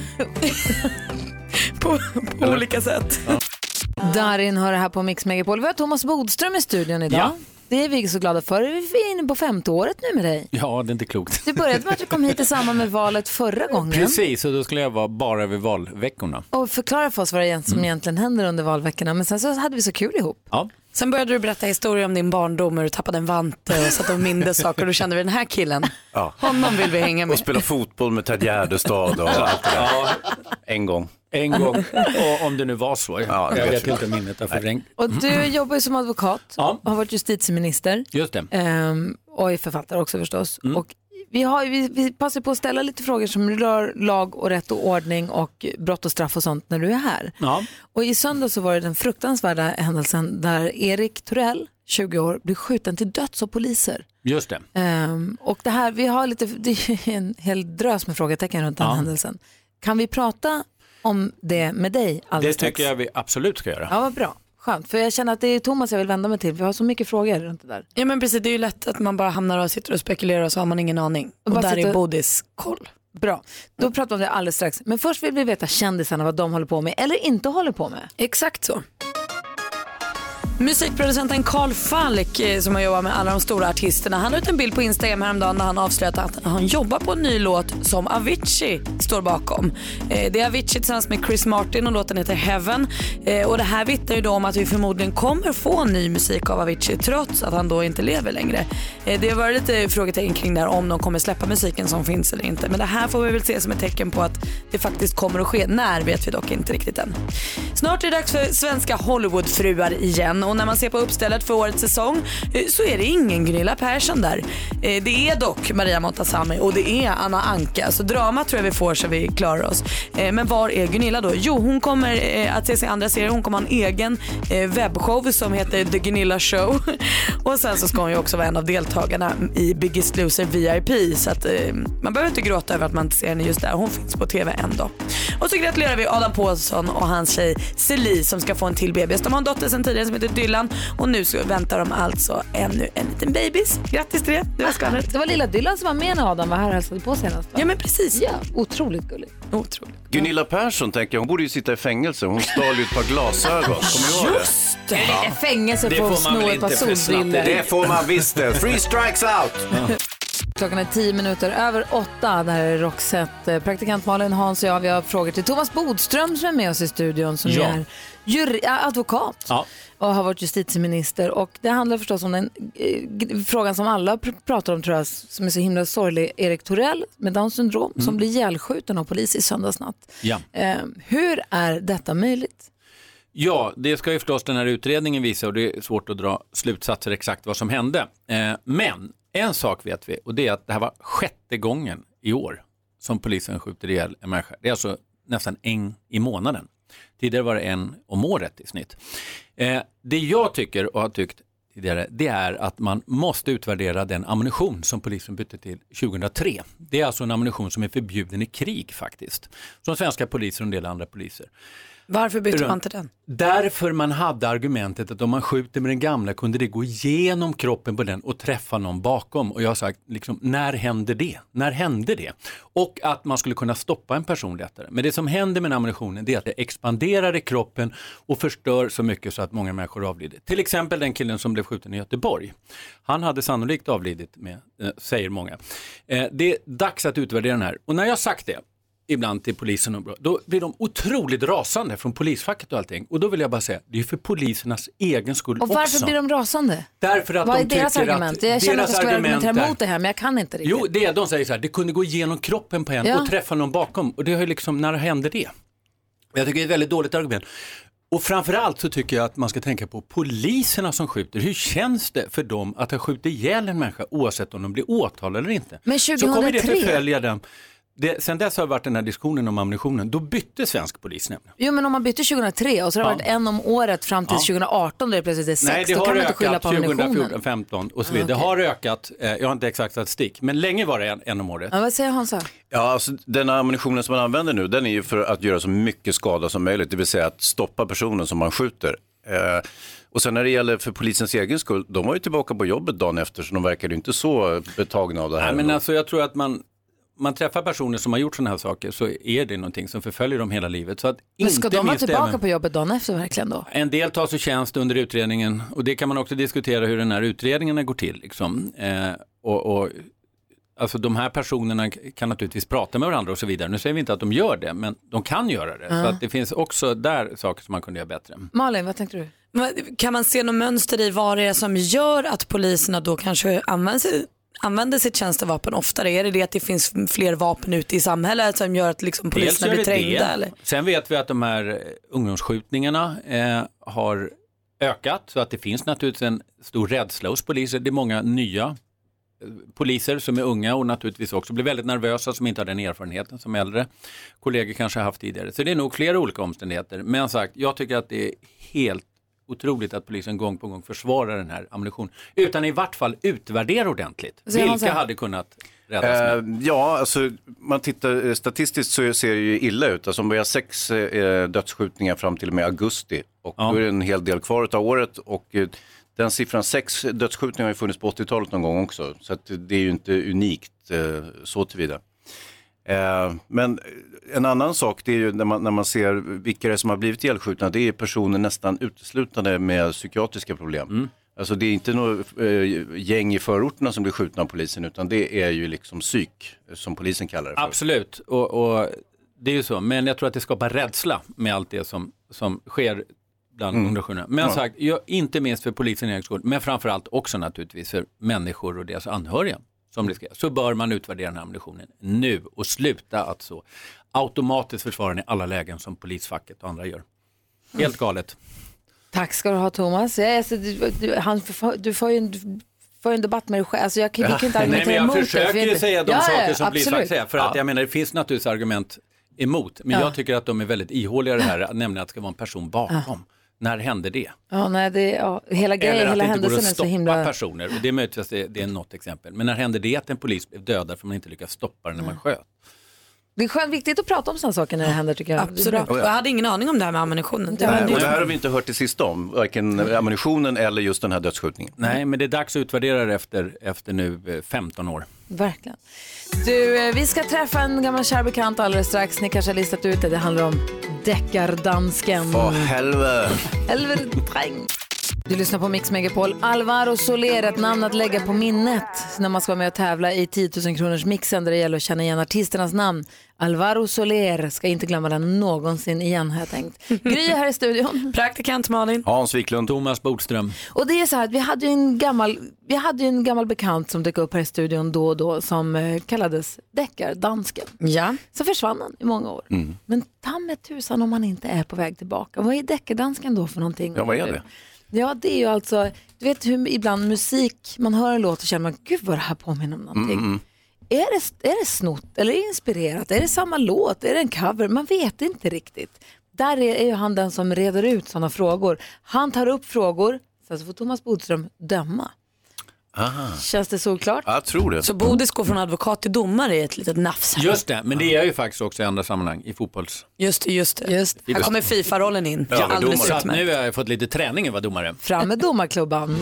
på olika sätt. Darin hör det här på Mix Megapol. Vi har Thomas Bodström i studion idag. Ja. Det är vi så glada för. Vi är inne på 5:e året nu med dig. Ja, det är inte klokt. Du började med att du kom hit i samband med valet förra gången. Precis, och då skulle jag vara bara över valveckorna. Och förklara för oss vad det som egentligen händer under valveckorna. Men sen så hade vi så kul ihop. Ja. Sen började du berätta historier om din barndom och du tappade en vante och satt och mindes saker och då kände vi den här killen, honom vill vi hänga med. Och spela fotboll med Ted Gärdestad och allt det där. Ja. En gång. Och om det nu var så. Jag vet inte minnet av förvrängt. Och du jobbar ju som advokat och har varit justitieminister. Just det. Och är författare också förstås. Och vi passar på att ställa lite frågor som rör lag och rätt och ordning och brott och straff och sånt när du är här. Ja. Och i söndag så var det den fruktansvärda händelsen där Erik Torell, 20 år, blev skjuten till döds av poliser. Just det. Och det här, det är en hel drös med frågetecken runt den händelsen. Kan vi prata om det med dig alldeles? Det tycker jag vi absolut ska göra. Ja, vad bra. Skönt, för jag känner att det är Thomas jag vill vända mig till. Vi har så mycket frågor runt det där. Ja men precis, det är ju lätt att man bara hamnar och sitter och spekulerar och så har man ingen aning. Och där är Bodis koll. Bra, då pratar vi om det alldeles strax. Men först vill vi veta kändisarna, vad de håller på med eller inte håller på med. Exakt så. Musikproducenten Carl Falk som har jobbat med alla de stora artisterna, han har ut en bild på Instagram häromdagen där han avslöjat att han jobbar på en ny låt som Avicii står bakom. Det är Avicii tillsammans med Chris Martin och låten heter Heaven. Och det här vittnar ju då om att vi förmodligen kommer få ny musik av Avicii trots att han då inte lever längre. Det har varit lite frågetecken kring där om de kommer släppa musiken som finns eller inte. Men det här får vi väl se som ett tecken på att det faktiskt kommer att ske. När vet vi dock inte riktigt än. Snart är det dags för svenska Hollywoodfruar igen. Och när man ser på uppstället för årets säsong så är det ingen Gunilla Persson där. Det är dock Maria Montazami och det är Anna Anka. Så drama tror jag vi får så vi klarar oss. Men var är Gunilla då? Jo, hon kommer att se sig andra serier. Hon kommer ha en egen webbshow som heter The Gunilla Show. Och sen så ska hon ju också vara en av deltagarna i Biggest Loser VIP. Så att man behöver inte gråta över att man inte ser henne just där. Hon finns på tv ändå. Och så gratulerar vi Adam Pålsson och hans tjej Celie som ska få en till bebis. De har en dotter sedan tidigare som heter Dylan och nu så väntar de alltså ännu en liten bebis. Grattis till det. Det var skvallret. Det var lilla Dylan som var med när Adam var här och hälsade på senast. Ja men precis. Ja, otroligt gulligt. Otroligt. Gunilla Persson tänker jag, hon borde ju sitta i fängelse. Hon stal ju ett par glasögon. Kommer du ihåg det? Just det. Är det fängelse för att sno ett par solbriller? Det får man visst det. 3 strikes out. Klockan är 8:10. Det här är Roxette. Praktikant Malin, Hans och jag, vi har frågor till Thomas Bodström som är med oss i studion som är advokat och har varit justitieminister. Och det handlar förstås om den frågan som alla pratar om, tror jag, som är så himla sorglig. Erik Torell med Downs syndrom som blir ihjälskjuten av polis i söndagsnatt. Ja. Hur är detta möjligt? Ja, det ska ju förstås den här utredningen visa och det är svårt att dra slutsatser exakt vad som hände. Men en sak vet vi och det är att det här var 6:e gången i år som polisen skjuter ihjäl en människa. Det är alltså nästan en i månaden. Tidigare var det en om året i snitt. Det jag tycker och har tyckt tidigare, det är att man måste utvärdera den ammunition som polisen bytte till 2003. Det är alltså en ammunition som är förbjuden i krig faktiskt. Som svenska poliser och en del andra poliser. Varför bytte man till den? Därför man hade argumentet att om man skjuter med den gamla kunde det gå igenom kroppen på den och träffa någon bakom. Och jag har sagt, liksom, när hände det? När hände det? Och att man skulle kunna stoppa en person lättare. Men det som händer med ammunitionen det är att det expanderar i kroppen och förstör så mycket så att många människor avlider. Till exempel den killen som blev skjuten i Göteborg. Han hade sannolikt avlidit med, säger många. Det är dags att utvärdera den här. Och när jag sagt det, ibland till polisen och då blir de otroligt rasande från polisfacket och allting. Och då vill jag bara säga, det är för polisernas egen skull också. Och varför blir de rasande? Därför att vad de är deras argument? Jag känner att jag ska argumentera mot det här, men jag kan inte riktigt. Jo, de säger så här, det kunde gå igenom kroppen på en och träffa någon bakom. Och det har ju liksom, när hände det? Jag tycker det är ett väldigt dåligt argument. Och framförallt så tycker jag att man ska tänka på poliserna som skjuter. Hur känns det för dem att ha skjutit ihjäl en människa oavsett om de blir åtalade eller inte? Men 2003? Så kommer det förfölja dem. Sen dess har det varit den här diskussionen om ammunitionen. Då bytte svensk polis nämligen. Jo, men om man bytte 2003 och så har det varit en om året fram till 2018 där det plötsligt är 6. Nej, det då har kan man inte skylla ökat på ammunitionen. 2014, 15 och så vidare. Det har ökat, jag har inte exakt statistik, men länge var det en om året. Ja, vad säger Hansa? Ja, alltså den ammunitionen som man använder nu, den är ju för att göra så mycket skada som möjligt. Det vill säga att stoppa personen som man skjuter. Och sen när det gäller för polisens egen skull, de var ju tillbaka på jobbet dagen efter så de verkade inte så betagna av det här. Nej, men alltså jag tror att man träffar personer som har gjort sådana här saker så är det någonting som förföljer dem hela livet. Så att men ska de vara tillbaka på jobbet dagen efter verkligen då? En del tar sig tjänst under utredningen och det kan man också diskutera hur den här utredningen går till. Liksom. Alltså de här personerna kan naturligtvis prata med varandra och så vidare. Nu säger vi inte att de gör det, men de kan göra det. Så att det finns också där saker som man kunde göra bättre. Malin, vad tänkte du? Kan man se något mönster i vad det är som gör att poliserna då kanske använder sitt tjänstevapen oftare? Är det att det finns fler vapen ute i samhället som gör att liksom poliserna blir trängda? Eller? Sen vet vi att de här ungdomsskjutningarna har ökat så att det finns naturligtvis en stor rädsla hos poliser. Det är många nya poliser som är unga och naturligtvis också blir väldigt nervösa som inte har den erfarenheten som äldre kollegor kanske har haft tidigare. Så det är nog flera olika omständigheter. Men sagt, jag tycker att det är helt otroligt att polisen gång på gång försvarar den här ammunitionen. Utan i vart fall utvärdera ordentligt. Vilka hade kunnat räddas med? Ja, alltså man tittar statistiskt så ser det ju illa ut. Alltså, vi har 6 dödsskjutningar fram till och med augusti. Och då är det en hel del kvar av året. Och den siffran 6 dödsskjutningar har ju funnits på 80-talet någon gång också. Så att det är ju inte unikt så tillvida. Men en annan sak det är ju när man ser vilka det är som har blivit ihjälskjutna, det är personer nästan uteslutande med psykiatriska problem. Alltså det är inte något gäng i förorterna som blir skjutna av polisen, utan det är ju liksom psyk som polisen kallar det för. Absolut, och det är ju så, men jag tror att det skapar rädsla med allt det som sker bland ungdomar. Men sagt, inte minst för polisen i egen skull, men framförallt också naturligtvis för människor och deras anhöriga. Så bör man utvärdera den här ammunitionen nu och sluta att så automatiskt försvara den i alla lägen som polisfacket och andra gör. Helt galet. Tack ska du ha, Thomas. Du får ju en debatt med dig själv. Alltså, vi kan inte argumentera emot det. Jag försöker ju säga de saker som polisfacket säger. För att jag menar, det finns naturligtvis argument emot. Men jag tycker att de är väldigt ihåliga det här, nämligen att det ska vara en person bakom. När hände det? Hela grejen, hela händelsen är så himla... Eller att det inte går att stoppa personer. Och det är möjligtvis det är något exempel. Men när hände det att en polis blev dödad för man inte lyckas stoppa den när man sköt? Det är viktigt att prata om sådana saker när det händer, tycker jag. Absolut. Jag hade ingen aning om det här med ammunitionen. Det här har vi inte hört det sista om. Varken ammunitionen eller just den här dödsskjutningen. Nej, men det är dags att utvärdera det efter nu 15 år. Verkligen. Du, vi ska träffa en gammal kärbekant alldeles strax. Ni kanske har listat ut det. Det handlar om deckardansken. Helvete träng. Du lyssnar på Mix Megapol. Alvaro Soler, ett namn att lägga på minnet när man ska vara med och tävla i 10 000 kronors mixen där det gäller att känna igen artisternas namn. Alvaro Soler, ska inte glömma den någonsin igen, har jag tänkt. Gry här i studion. Praktikant Malin. Hans Wiklund. Thomas Bodström. Och det är så här att vi hade ju en gammal bekant som dök upp här i studion då och då som kallades deckardansken. Ja. Så försvann han i många år. Men ta med tusan om han inte är på väg tillbaka. Vad är deckardansken då för någonting? Ja, vad är det? Ja, det är ju alltså, du vet hur ibland musik, man hör en låt och känner man, gud vad det här påminner om någonting. Är det snott eller är det inspirerat? Är det samma låt? Är det en cover? Man vet inte riktigt. Där är ju han den som reder ut sådana frågor. Han tar upp frågor, sen så får Thomas Bodström döma. Aha. Känns det såklart? Jag tror det. Så Bodis går från advokat till domare i ett litet nafs här. Just det, men det är ju faktiskt också i andra sammanhang i fotbolls. Just det. Här kommer FIFA-rollen in. Ja, så att nu har jag fått lite träning i att vara domare. Fram med domarklubban.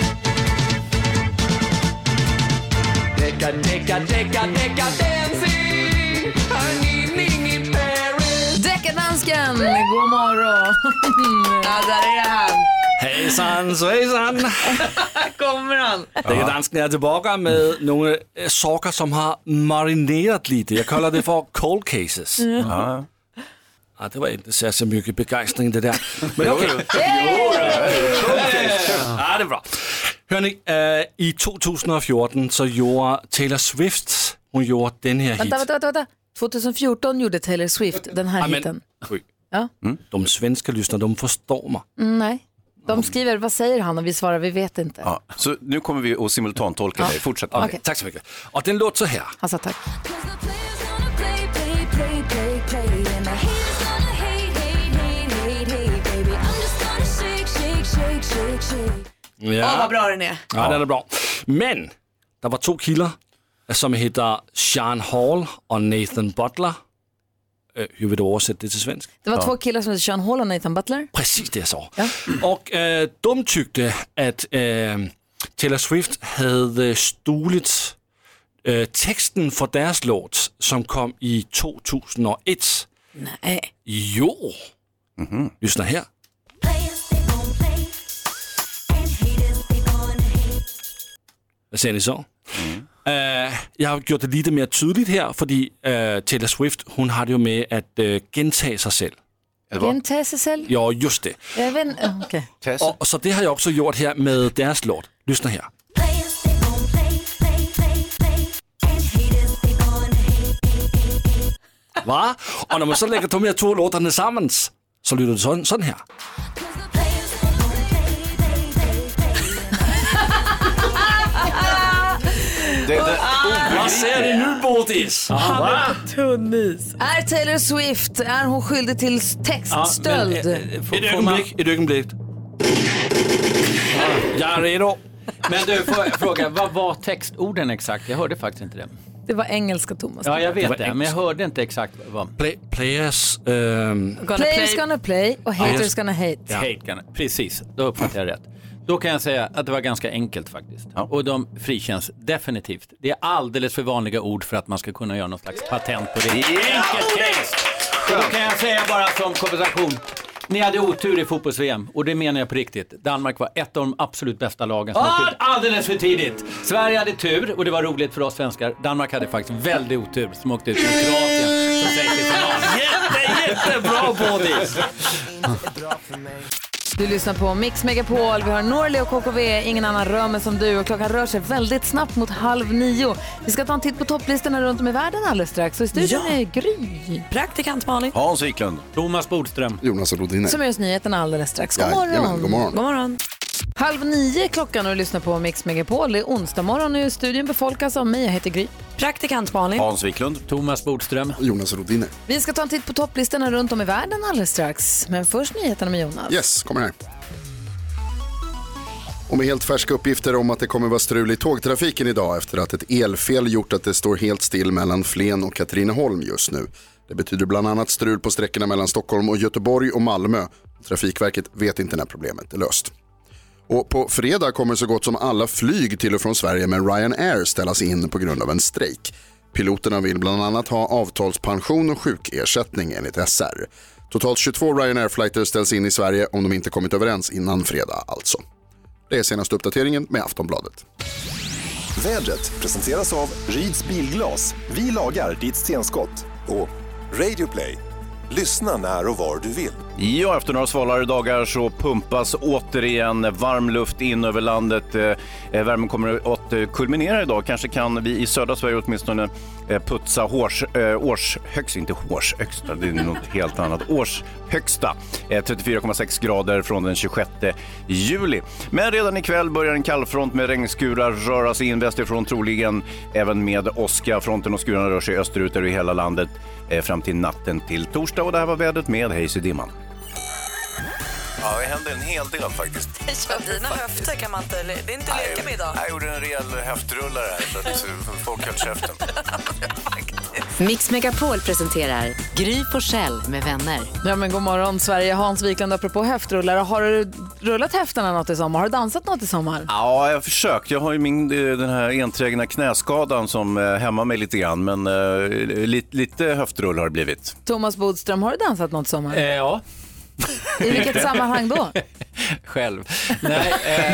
Deckardansken, god morgon. Ja, där är han. Hejsan svejsan. Kommer han. Deckardansken är tillbaka med några saker som har marinerat lite. Jag kallar det för cold cases. Ja, det var inte särskilt mycket begejstring det där. Men okej. Ja, det är bra. Hörni, i 2014 så gjorde Taylor Swift, hon gjorde den här hit. Vänta. 2014 gjorde Taylor Swift den här hiten. Ja. De svenska lyssnarna, de förstår mig. Nej. De skriver, vad säger han? Och vi svarar, vi vet inte. Ja, så nu kommer vi att simultantolka dig. Fortsätt. Okay. Tack så mycket. Och den låter så här. Han sa tack. Ja. Vad bra den är. Ja, den är bra. Men det var 2 killar som heter Sean Hall och Nathan Butler. Hur vill du översätta det till svensk? Det var 2 killar som heter Sean Hall och Nathan Butler. Precis det jag sa. Ja. Och de tyckte att Taylor Swift hade stulit texten för deras låt som kom i 2001. Nej. Jo. Lyssna här. Vad säger ni så? Jag har gjort det lite mer tydligt här, fordi Taylor Swift, hon hade ju med att gentage sig själv. Gentage sig själv? Ja, just det. Okay. Och så det har jag också gjort här med deras låt. Lyssna här. Va? Och när man så lägger de här 2 låtarna tillsammans så lyder det sådan här. Vad säger du nu, Bodis? Han är på tunn is. Är Taylor Swift, är hon skyldig till textstöld? Ett ögonblick. Jag är redo. Men du, får jag fråga, vad var textorden exakt? Jag hörde faktiskt inte det. Det var engelska, Thomas. Ja, jag vet det, men jag hörde inte exakt vad. Players... Players gonna play och haters gonna hate. Ja. Precis, då uppfattar jag rätt. Då kan jag säga att det var ganska enkelt faktiskt. Ja. Och de frikänns definitivt. Det är alldeles för vanliga ord för att man ska kunna göra något slags patent på det. Enkelt case! Och då kan jag säga bara som kompensation. Ni hade otur i fotbolls-VM och det menar jag på riktigt. Danmark var ett av de absolut bästa lagen som åkte ut alldeles för tidigt. Sverige hade tur och det var roligt för oss svenskar. Danmark hade faktiskt väldigt otur som åkte ut från Kroatien som säger till final. Jättebra Bodis! Du lyssnar på Mix Megapol. Vi har Norli och KKV, ingen annan rör mig som du. Och klockan rör sig väldigt snabbt mot 8:30. Vi ska ta en titt på topplistorna runt om i världen alldeles strax. Så i studion är Gry. Praktikant Malin. Hans Wiklund. Thomas Bodström. Jonas Rodiner. Som är oss nyheterna alldeles strax. God morgon. Jajamän, god morgon. God morgon. 8:30 klockan och du lyssnar på Mix Megapol. Det är onsdag morgon och studion befolkas av mig. Jag heter Gry. Praktikant Malin. Hans Wiklund. Thomas Bodström. Jonas Rodiner. Vi ska ta en titt på topplistorna runt om i världen alldeles strax. Men först nyheterna med Jonas. Yes, kommer här. Och med helt färska uppgifter om att det kommer vara strul i tågtrafiken idag efter att ett elfel gjort att det står helt still mellan Flen och Katrineholm just nu. Det betyder bland annat strul på sträckorna mellan Stockholm och Göteborg och Malmö. Trafikverket vet inte när problemet är löst. Och på fredag kommer så gott som alla flyg till och från Sverige med Ryanair ställas in på grund av en strejk. Piloterna vill bland annat ha avtalspension och sjukersättning enligt SR. Totalt 22 Ryanair-flighter ställs in i Sverige om de inte kommit överens innan fredag alltså. Det är senaste uppdateringen med Aftonbladet. Vädret presenteras av Ryds Bilglas. Vi lagar ditt stenskott. Och Radio Play. Lyssna när och var du vill. Ja, efter några svalare dagar så pumpas återigen varm luft in över landet. Värmen kommer att kulminera idag. Kanske kan vi i södra Sverige åtminstone putsa årshögsta, inte hårshögsta, det är något helt annat. Årshögsta, 34,6 grader från den 26 juli. Men redan ikväll börjar en kallfront med regnskurar röra sig in västerifrån, troligen även med åska. Fronten och skurarna rör sig österut över hela landet fram till natten till torsdag. Och det här var vädret med Hejs i dimman. Ja, det händer en hel del faktiskt. Dina höfter kan man inte, det är inte leka med idag. Jag gjorde en rejäl höftrullare här så att folk höll käften. Mix Megapol presenterar Gry Forssell med vänner. Ja, men god morgon Sverige. Hans Wiklund apropå höftrullar. Har du rullat höfterna något i sommar? Har du dansat något i sommar? Ja, jag har försökt. Jag har ju den här enträgna knäskadan som hämmar mig lite grann. Men lite höftrull har det blivit. Thomas Bodström, har du dansat något i sommar? Ja. I vilket sammanhang då? Själv. Nej.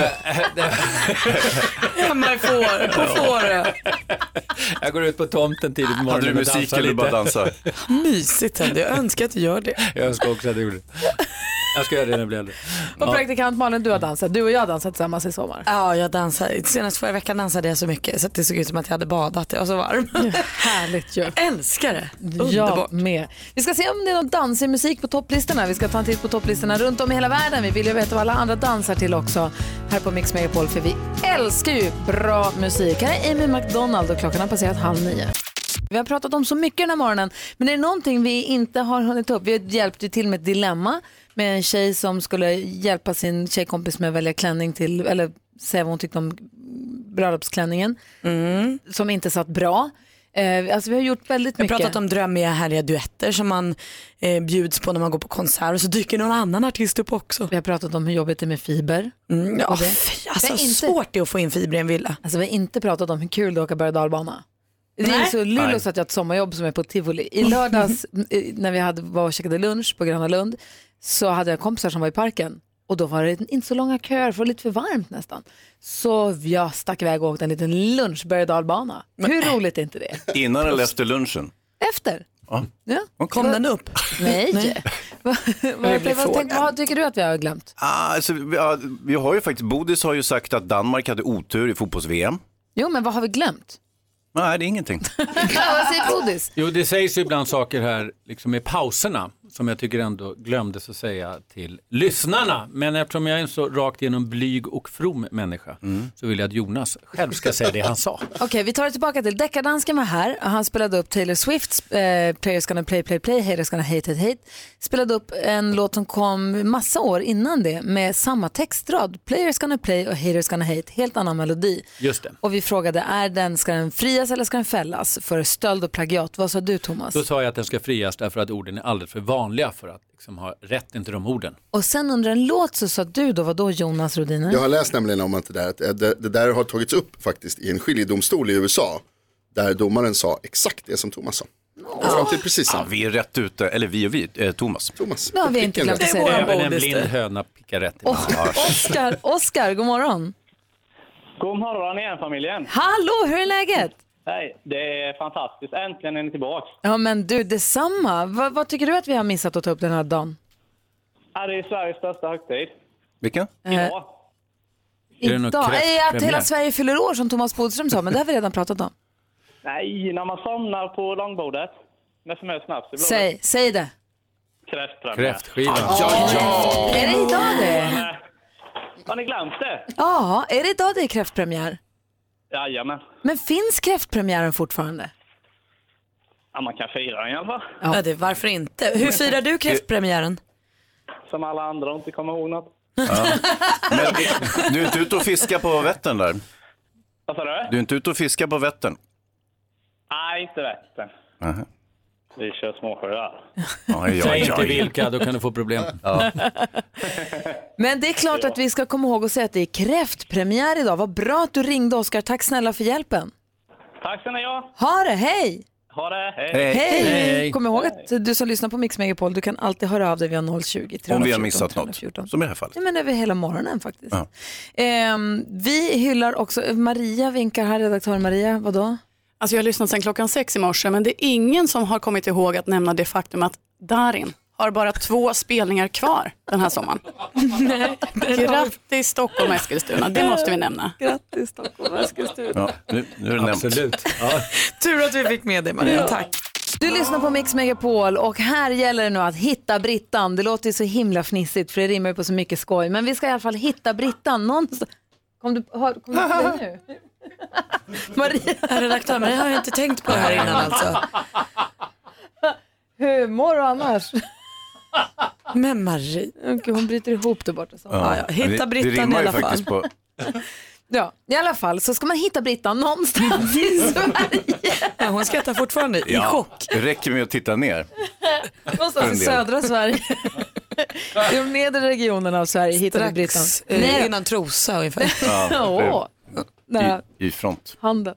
Hemma på fåret. Jag går ut på tomten tidigt på morgonen. Hade du musik eller bara dansa? Mysigt ändå. Jag önskar att du gör det. Jag önskar också att du gjorde det. Jag ska göra det när jag blir äldre. Och praktikant Malin, du har dansat. Du och jag har dansat tillsammans i sommar. Ja, jag dansade. Senast förra veckan dansade jag så mycket så att det såg ut som att jag hade badat. Jag var så varm. Härligt ju. Jag älskar det. Underbart. Jag med. Vi ska se om det är någon dansig musik på topplistorna. Vi ska ta en titt på topplistorna runt om i hela världen. Vi vill ju veta vad alla andra dansar till också här på Mix Megapol, för vi älskar ju bra musik. Här är Amy McDonald och klockan har passerat 8:30. Vi har pratat om så mycket den här morgonen, men det är någonting vi inte har hunnit upp. Vi har hjälpt ju till med ett dilemma med en tjej som skulle hjälpa sin tjejkompis med att välja klänning till, eller säga vad hon tyckte om bröllopsklänningen som inte satt bra. Alltså vi har gjort väldigt mycket. Vi har pratat om drömmiga härliga duetter som man bjuds på när man går på konsert och så dyker någon annan artist upp också. Vi har pratat om hur jobbigt det är med fiber. Ja, alltså svårt det att få in fiber i en villa. Alltså vi har inte pratat om hur kul det är att åka berg- och dalbana. Det är så lullos att jag har ett sommarjobb som är på Tivoli. I lördags när vi var och käkade lunch på Gröna Lund så hade jag kompisar som var i parken. Och då var det inte så långa köer, för lite för varmt nästan. Så jag stack iväg och åkte en liten lunch berg- och dalbana. Hur roligt är inte det? Innan eller efter lunchen? Efter. Ja. Ja. Kom den upp? Nej. Vad tycker du att vi har glömt? Alltså, vi har ju faktiskt, Bodis har ju sagt att Danmark hade otur i fotbolls-VM. Jo, men vad har vi glömt? Nej, det är ingenting. Vad säger Bodis? Jo, det sägs ju ibland saker här liksom i pauserna som jag tycker ändå glömdes att säga till lyssnarna. Men eftersom jag är en så rakt igenom blyg och from människa så vill jag att Jonas själv ska säga det han sa. Okej, vi tar det tillbaka till Deckardansken var här. Han spelade upp Taylor Swifts Players Gonna Play, Play, Play, Haters Gonna Hate, Hate, Hate. Spelade upp en låt som kom massa år innan det med samma textrad. Players Gonna Play och Haters Gonna Hate. Helt annan melodi. Just det. Och vi frågade, ska den frias eller ska den fällas för stöld och plagiat? Vad sa du, Thomas? Då sa jag att den ska frias därför att orden är alldeles för vanliga för att liksom ha rätten till de orden. Och sen under en låt så sa du då, vad då Jonas Rodiner? Jag har läst nämligen om att det där har tagits upp faktiskt i en skiljedomstol i USA. Där domaren sa exakt det som Thomas sa. Fram till precis samma. Ja, vi är rätt ute, eller vi och Thomas. Ja, vi är inte glömt att säga det. Även en blind höna pickar rätt. Oscar, god morgon. God morgon igen, familjen. Hallå, hur är läget? Hej, det är fantastiskt. Äntligen är ni tillbaka. Ja, men du, detsamma. Vad tycker du att vi har missat att ta upp den här dagen? Ja, det är Sveriges största högtid. Vilken? Idag. Idag är att hela Sverige fyller år som Thomas Bodström sa, men det har vi redan pratat om. Nej, när man somnar på långbordet med för mycket snaps i blodet. Säg det. Kräftskivan. Ja. Är det idag det? Har ni glömt det? Ja, är det idag det är kräftpremiär? Jajamän. Men finns kräftpremiären fortfarande? Ja, man kan fira den i alla fall. Ja, varför inte? Hur firar du kräftpremiären? Som alla andra inte kommer ihåg något. Ja. Men du är inte ute och fiskar på Vättern där? Vad sa du? Du är inte ute och fiskar på Vättern? Nej, inte Vättern. Vi kör småsjöar. Säg inte vilka, då kan du få problem. Ja. Men det är klart att vi ska komma ihåg och säga att det är kräftpremiär idag. Vad bra att du ringde, Oskar. Tack snälla för hjälpen. Tack ska ni ha. Ha det, hej! Ha det, hej. Hej! Kom ihåg att du som lyssnar på Mix Megapol, du kan alltid höra av dig via 020 314. Om vi har missat något, som i det här fallet. Ja, men över hela morgonen faktiskt. Ja. Vi hyllar också, Maria vinkar här, redaktör Maria, vadå? Alltså jag har lyssnat sedan klockan 6 i morse, men det är ingen som har kommit ihåg att nämna det faktum att Darin har bara 2 spelningar kvar den här sommaren. Nej, grattis Stockholm och Eskilstuna, det måste vi nämna. Grattis Stockholm och Eskilstuna. Ja, nu är det nämnt. Absolut. Ja. Tur att vi fick med det, Maria. Tack. Du lyssnar på Mix Megapol och här gäller det nu att hitta Brittan. Det låter ju så himla fnissigt för det rimmar ju på så mycket skoj. Men vi ska i alla fall hitta Brittan någonstans. Kom du på det nu? Maria. Redaktör Maria har jag inte tänkt på det här innan alltså. Hur mår du annars? Men Marie. Okay, hon bryter ihop det borta. Hitta Brittan i alla fall. På... Ja, i alla fall så ska man hitta Brittan någonstans i Sverige. Hon skrattar fortfarande i chock. Det räcker med att titta ner. Någonstans i södra Sverige. I de nedre regionerna av Sverige hittar vi Brittan. Innan Trosa ungefär. Ja, I front. Handen.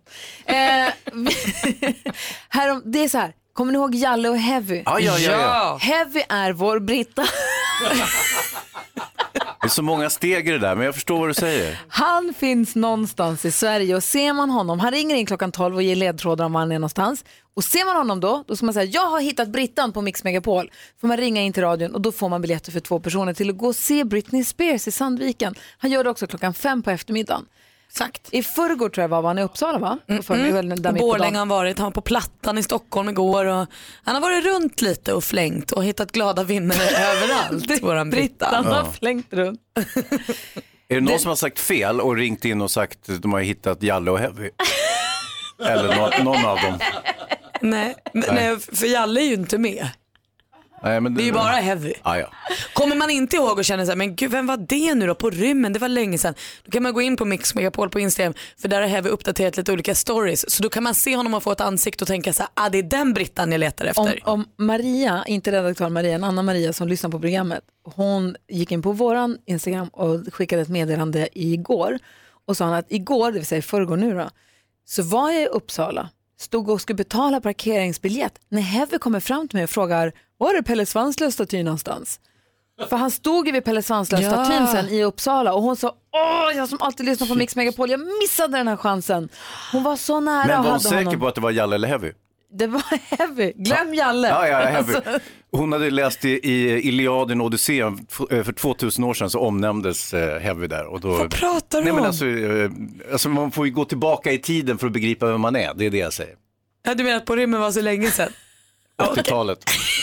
Det är så här. Kommer ni ihåg Jalle och Heavy? Ja. Heavy är vår Britta. Det är så många steg i det där, men jag förstår vad du säger. Han finns någonstans i Sverige och ser man honom, han ringer in klockan 12 och ger ledtrådar om var han är någonstans. Och ser man honom då ska man säga, jag har hittat Brittan på Mix Megapol. Får man ringa in till radion och då får man biljetter för 2 personer till att gå och se Britney Spears i Sandviken. Han gör det också klockan 5 på eftermiddagen. Exakt. I förrgår tror jag var han i Uppsala, va? Borlänge han varit, han var på Plattan i Stockholm igår och han har varit runt lite och flängt och hittat glada vinnare överallt. Våran Brittan har flängt runt. Är det någon som har sagt fel och ringt in och sagt att de har hittat Jalle och Heavy? Eller någon av dem? Nej, för Jalle är ju inte med. Nej, men det är ju bara Heavy. Ja. Kommer man inte ihåg och känner så här, men gud, vem var det nu då på rymmen? Det var länge sedan. Då kan man gå in på Mix Megapol på Instagram, för där har Heavy uppdaterat lite olika stories. Så då kan man se honom och få ett ansikte och tänka så här, det är den Brittan jag letar efter. Om Maria, inte redaktör Maria, en annan Maria som lyssnar på programmet, hon gick in på våran Instagram och skickade ett meddelande igår. Och sa han att igår, det vill säga förrgår nu då, så var jag i Uppsala, stod och skulle betala parkeringsbiljett. När Heavy kommer fram till mig och frågar, var är Pelle Svanslös staty någonstans? För han stod ju vid Pelle Svanslös statyn sen i Uppsala och hon sa, jag som alltid lyssnar på Mix Megapol, jag missade den här chansen. Hon var så nära. Men var hon hade säker honom. på att det var Jalle eller Heavy? Det var Heavy. Glöm Jalle. Ja, Heavy. Hon hade läst i Iliaden och Odysseen för 2000 år sedan, så omnämndes Heavy där. Och då, vad pratar du om? Alltså man får ju gå tillbaka i tiden för att begripa vem man är. Det är det jag säger. Ja, du menar att på rymmen var så länge sedan? 80-talet.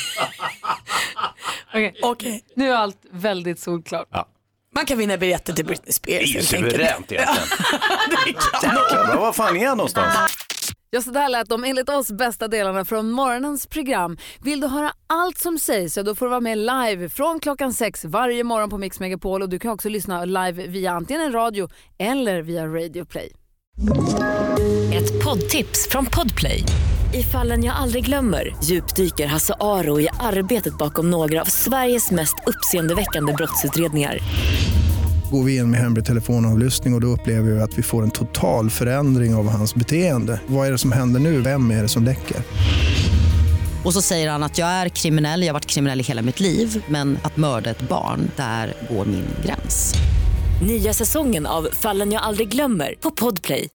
Okej. Nu är allt väldigt solklart. Ja. Man kan vinna biljetter till Britney Spears. Det är ju suveränt egentligen. Men vad fan är jag någonstans? Ja, så där lät de enligt oss bästa delarna från morgonens program. Vill du höra allt som sägs, så då får du vara med live från 6:00 varje morgon på Mix Megapol. Och du kan också lyssna live via antingen en radio eller via Radio Play. Ett poddtips från Podplay. I Fallen jag aldrig glömmer djupdyker Hasse Aro i arbetet bakom några av Sveriges mest uppseendeväckande brottsutredningar. Går vi in med hemlig telefonavlyssning och då upplever vi att vi får en total förändring av hans beteende. Vad är det som händer nu? Vem är det som läcker? Och så säger han att jag är kriminell, jag har varit kriminell i hela mitt liv. Men att mörda ett barn, där går min gräns. Nya säsongen av Fallen jag aldrig glömmer på Podplay.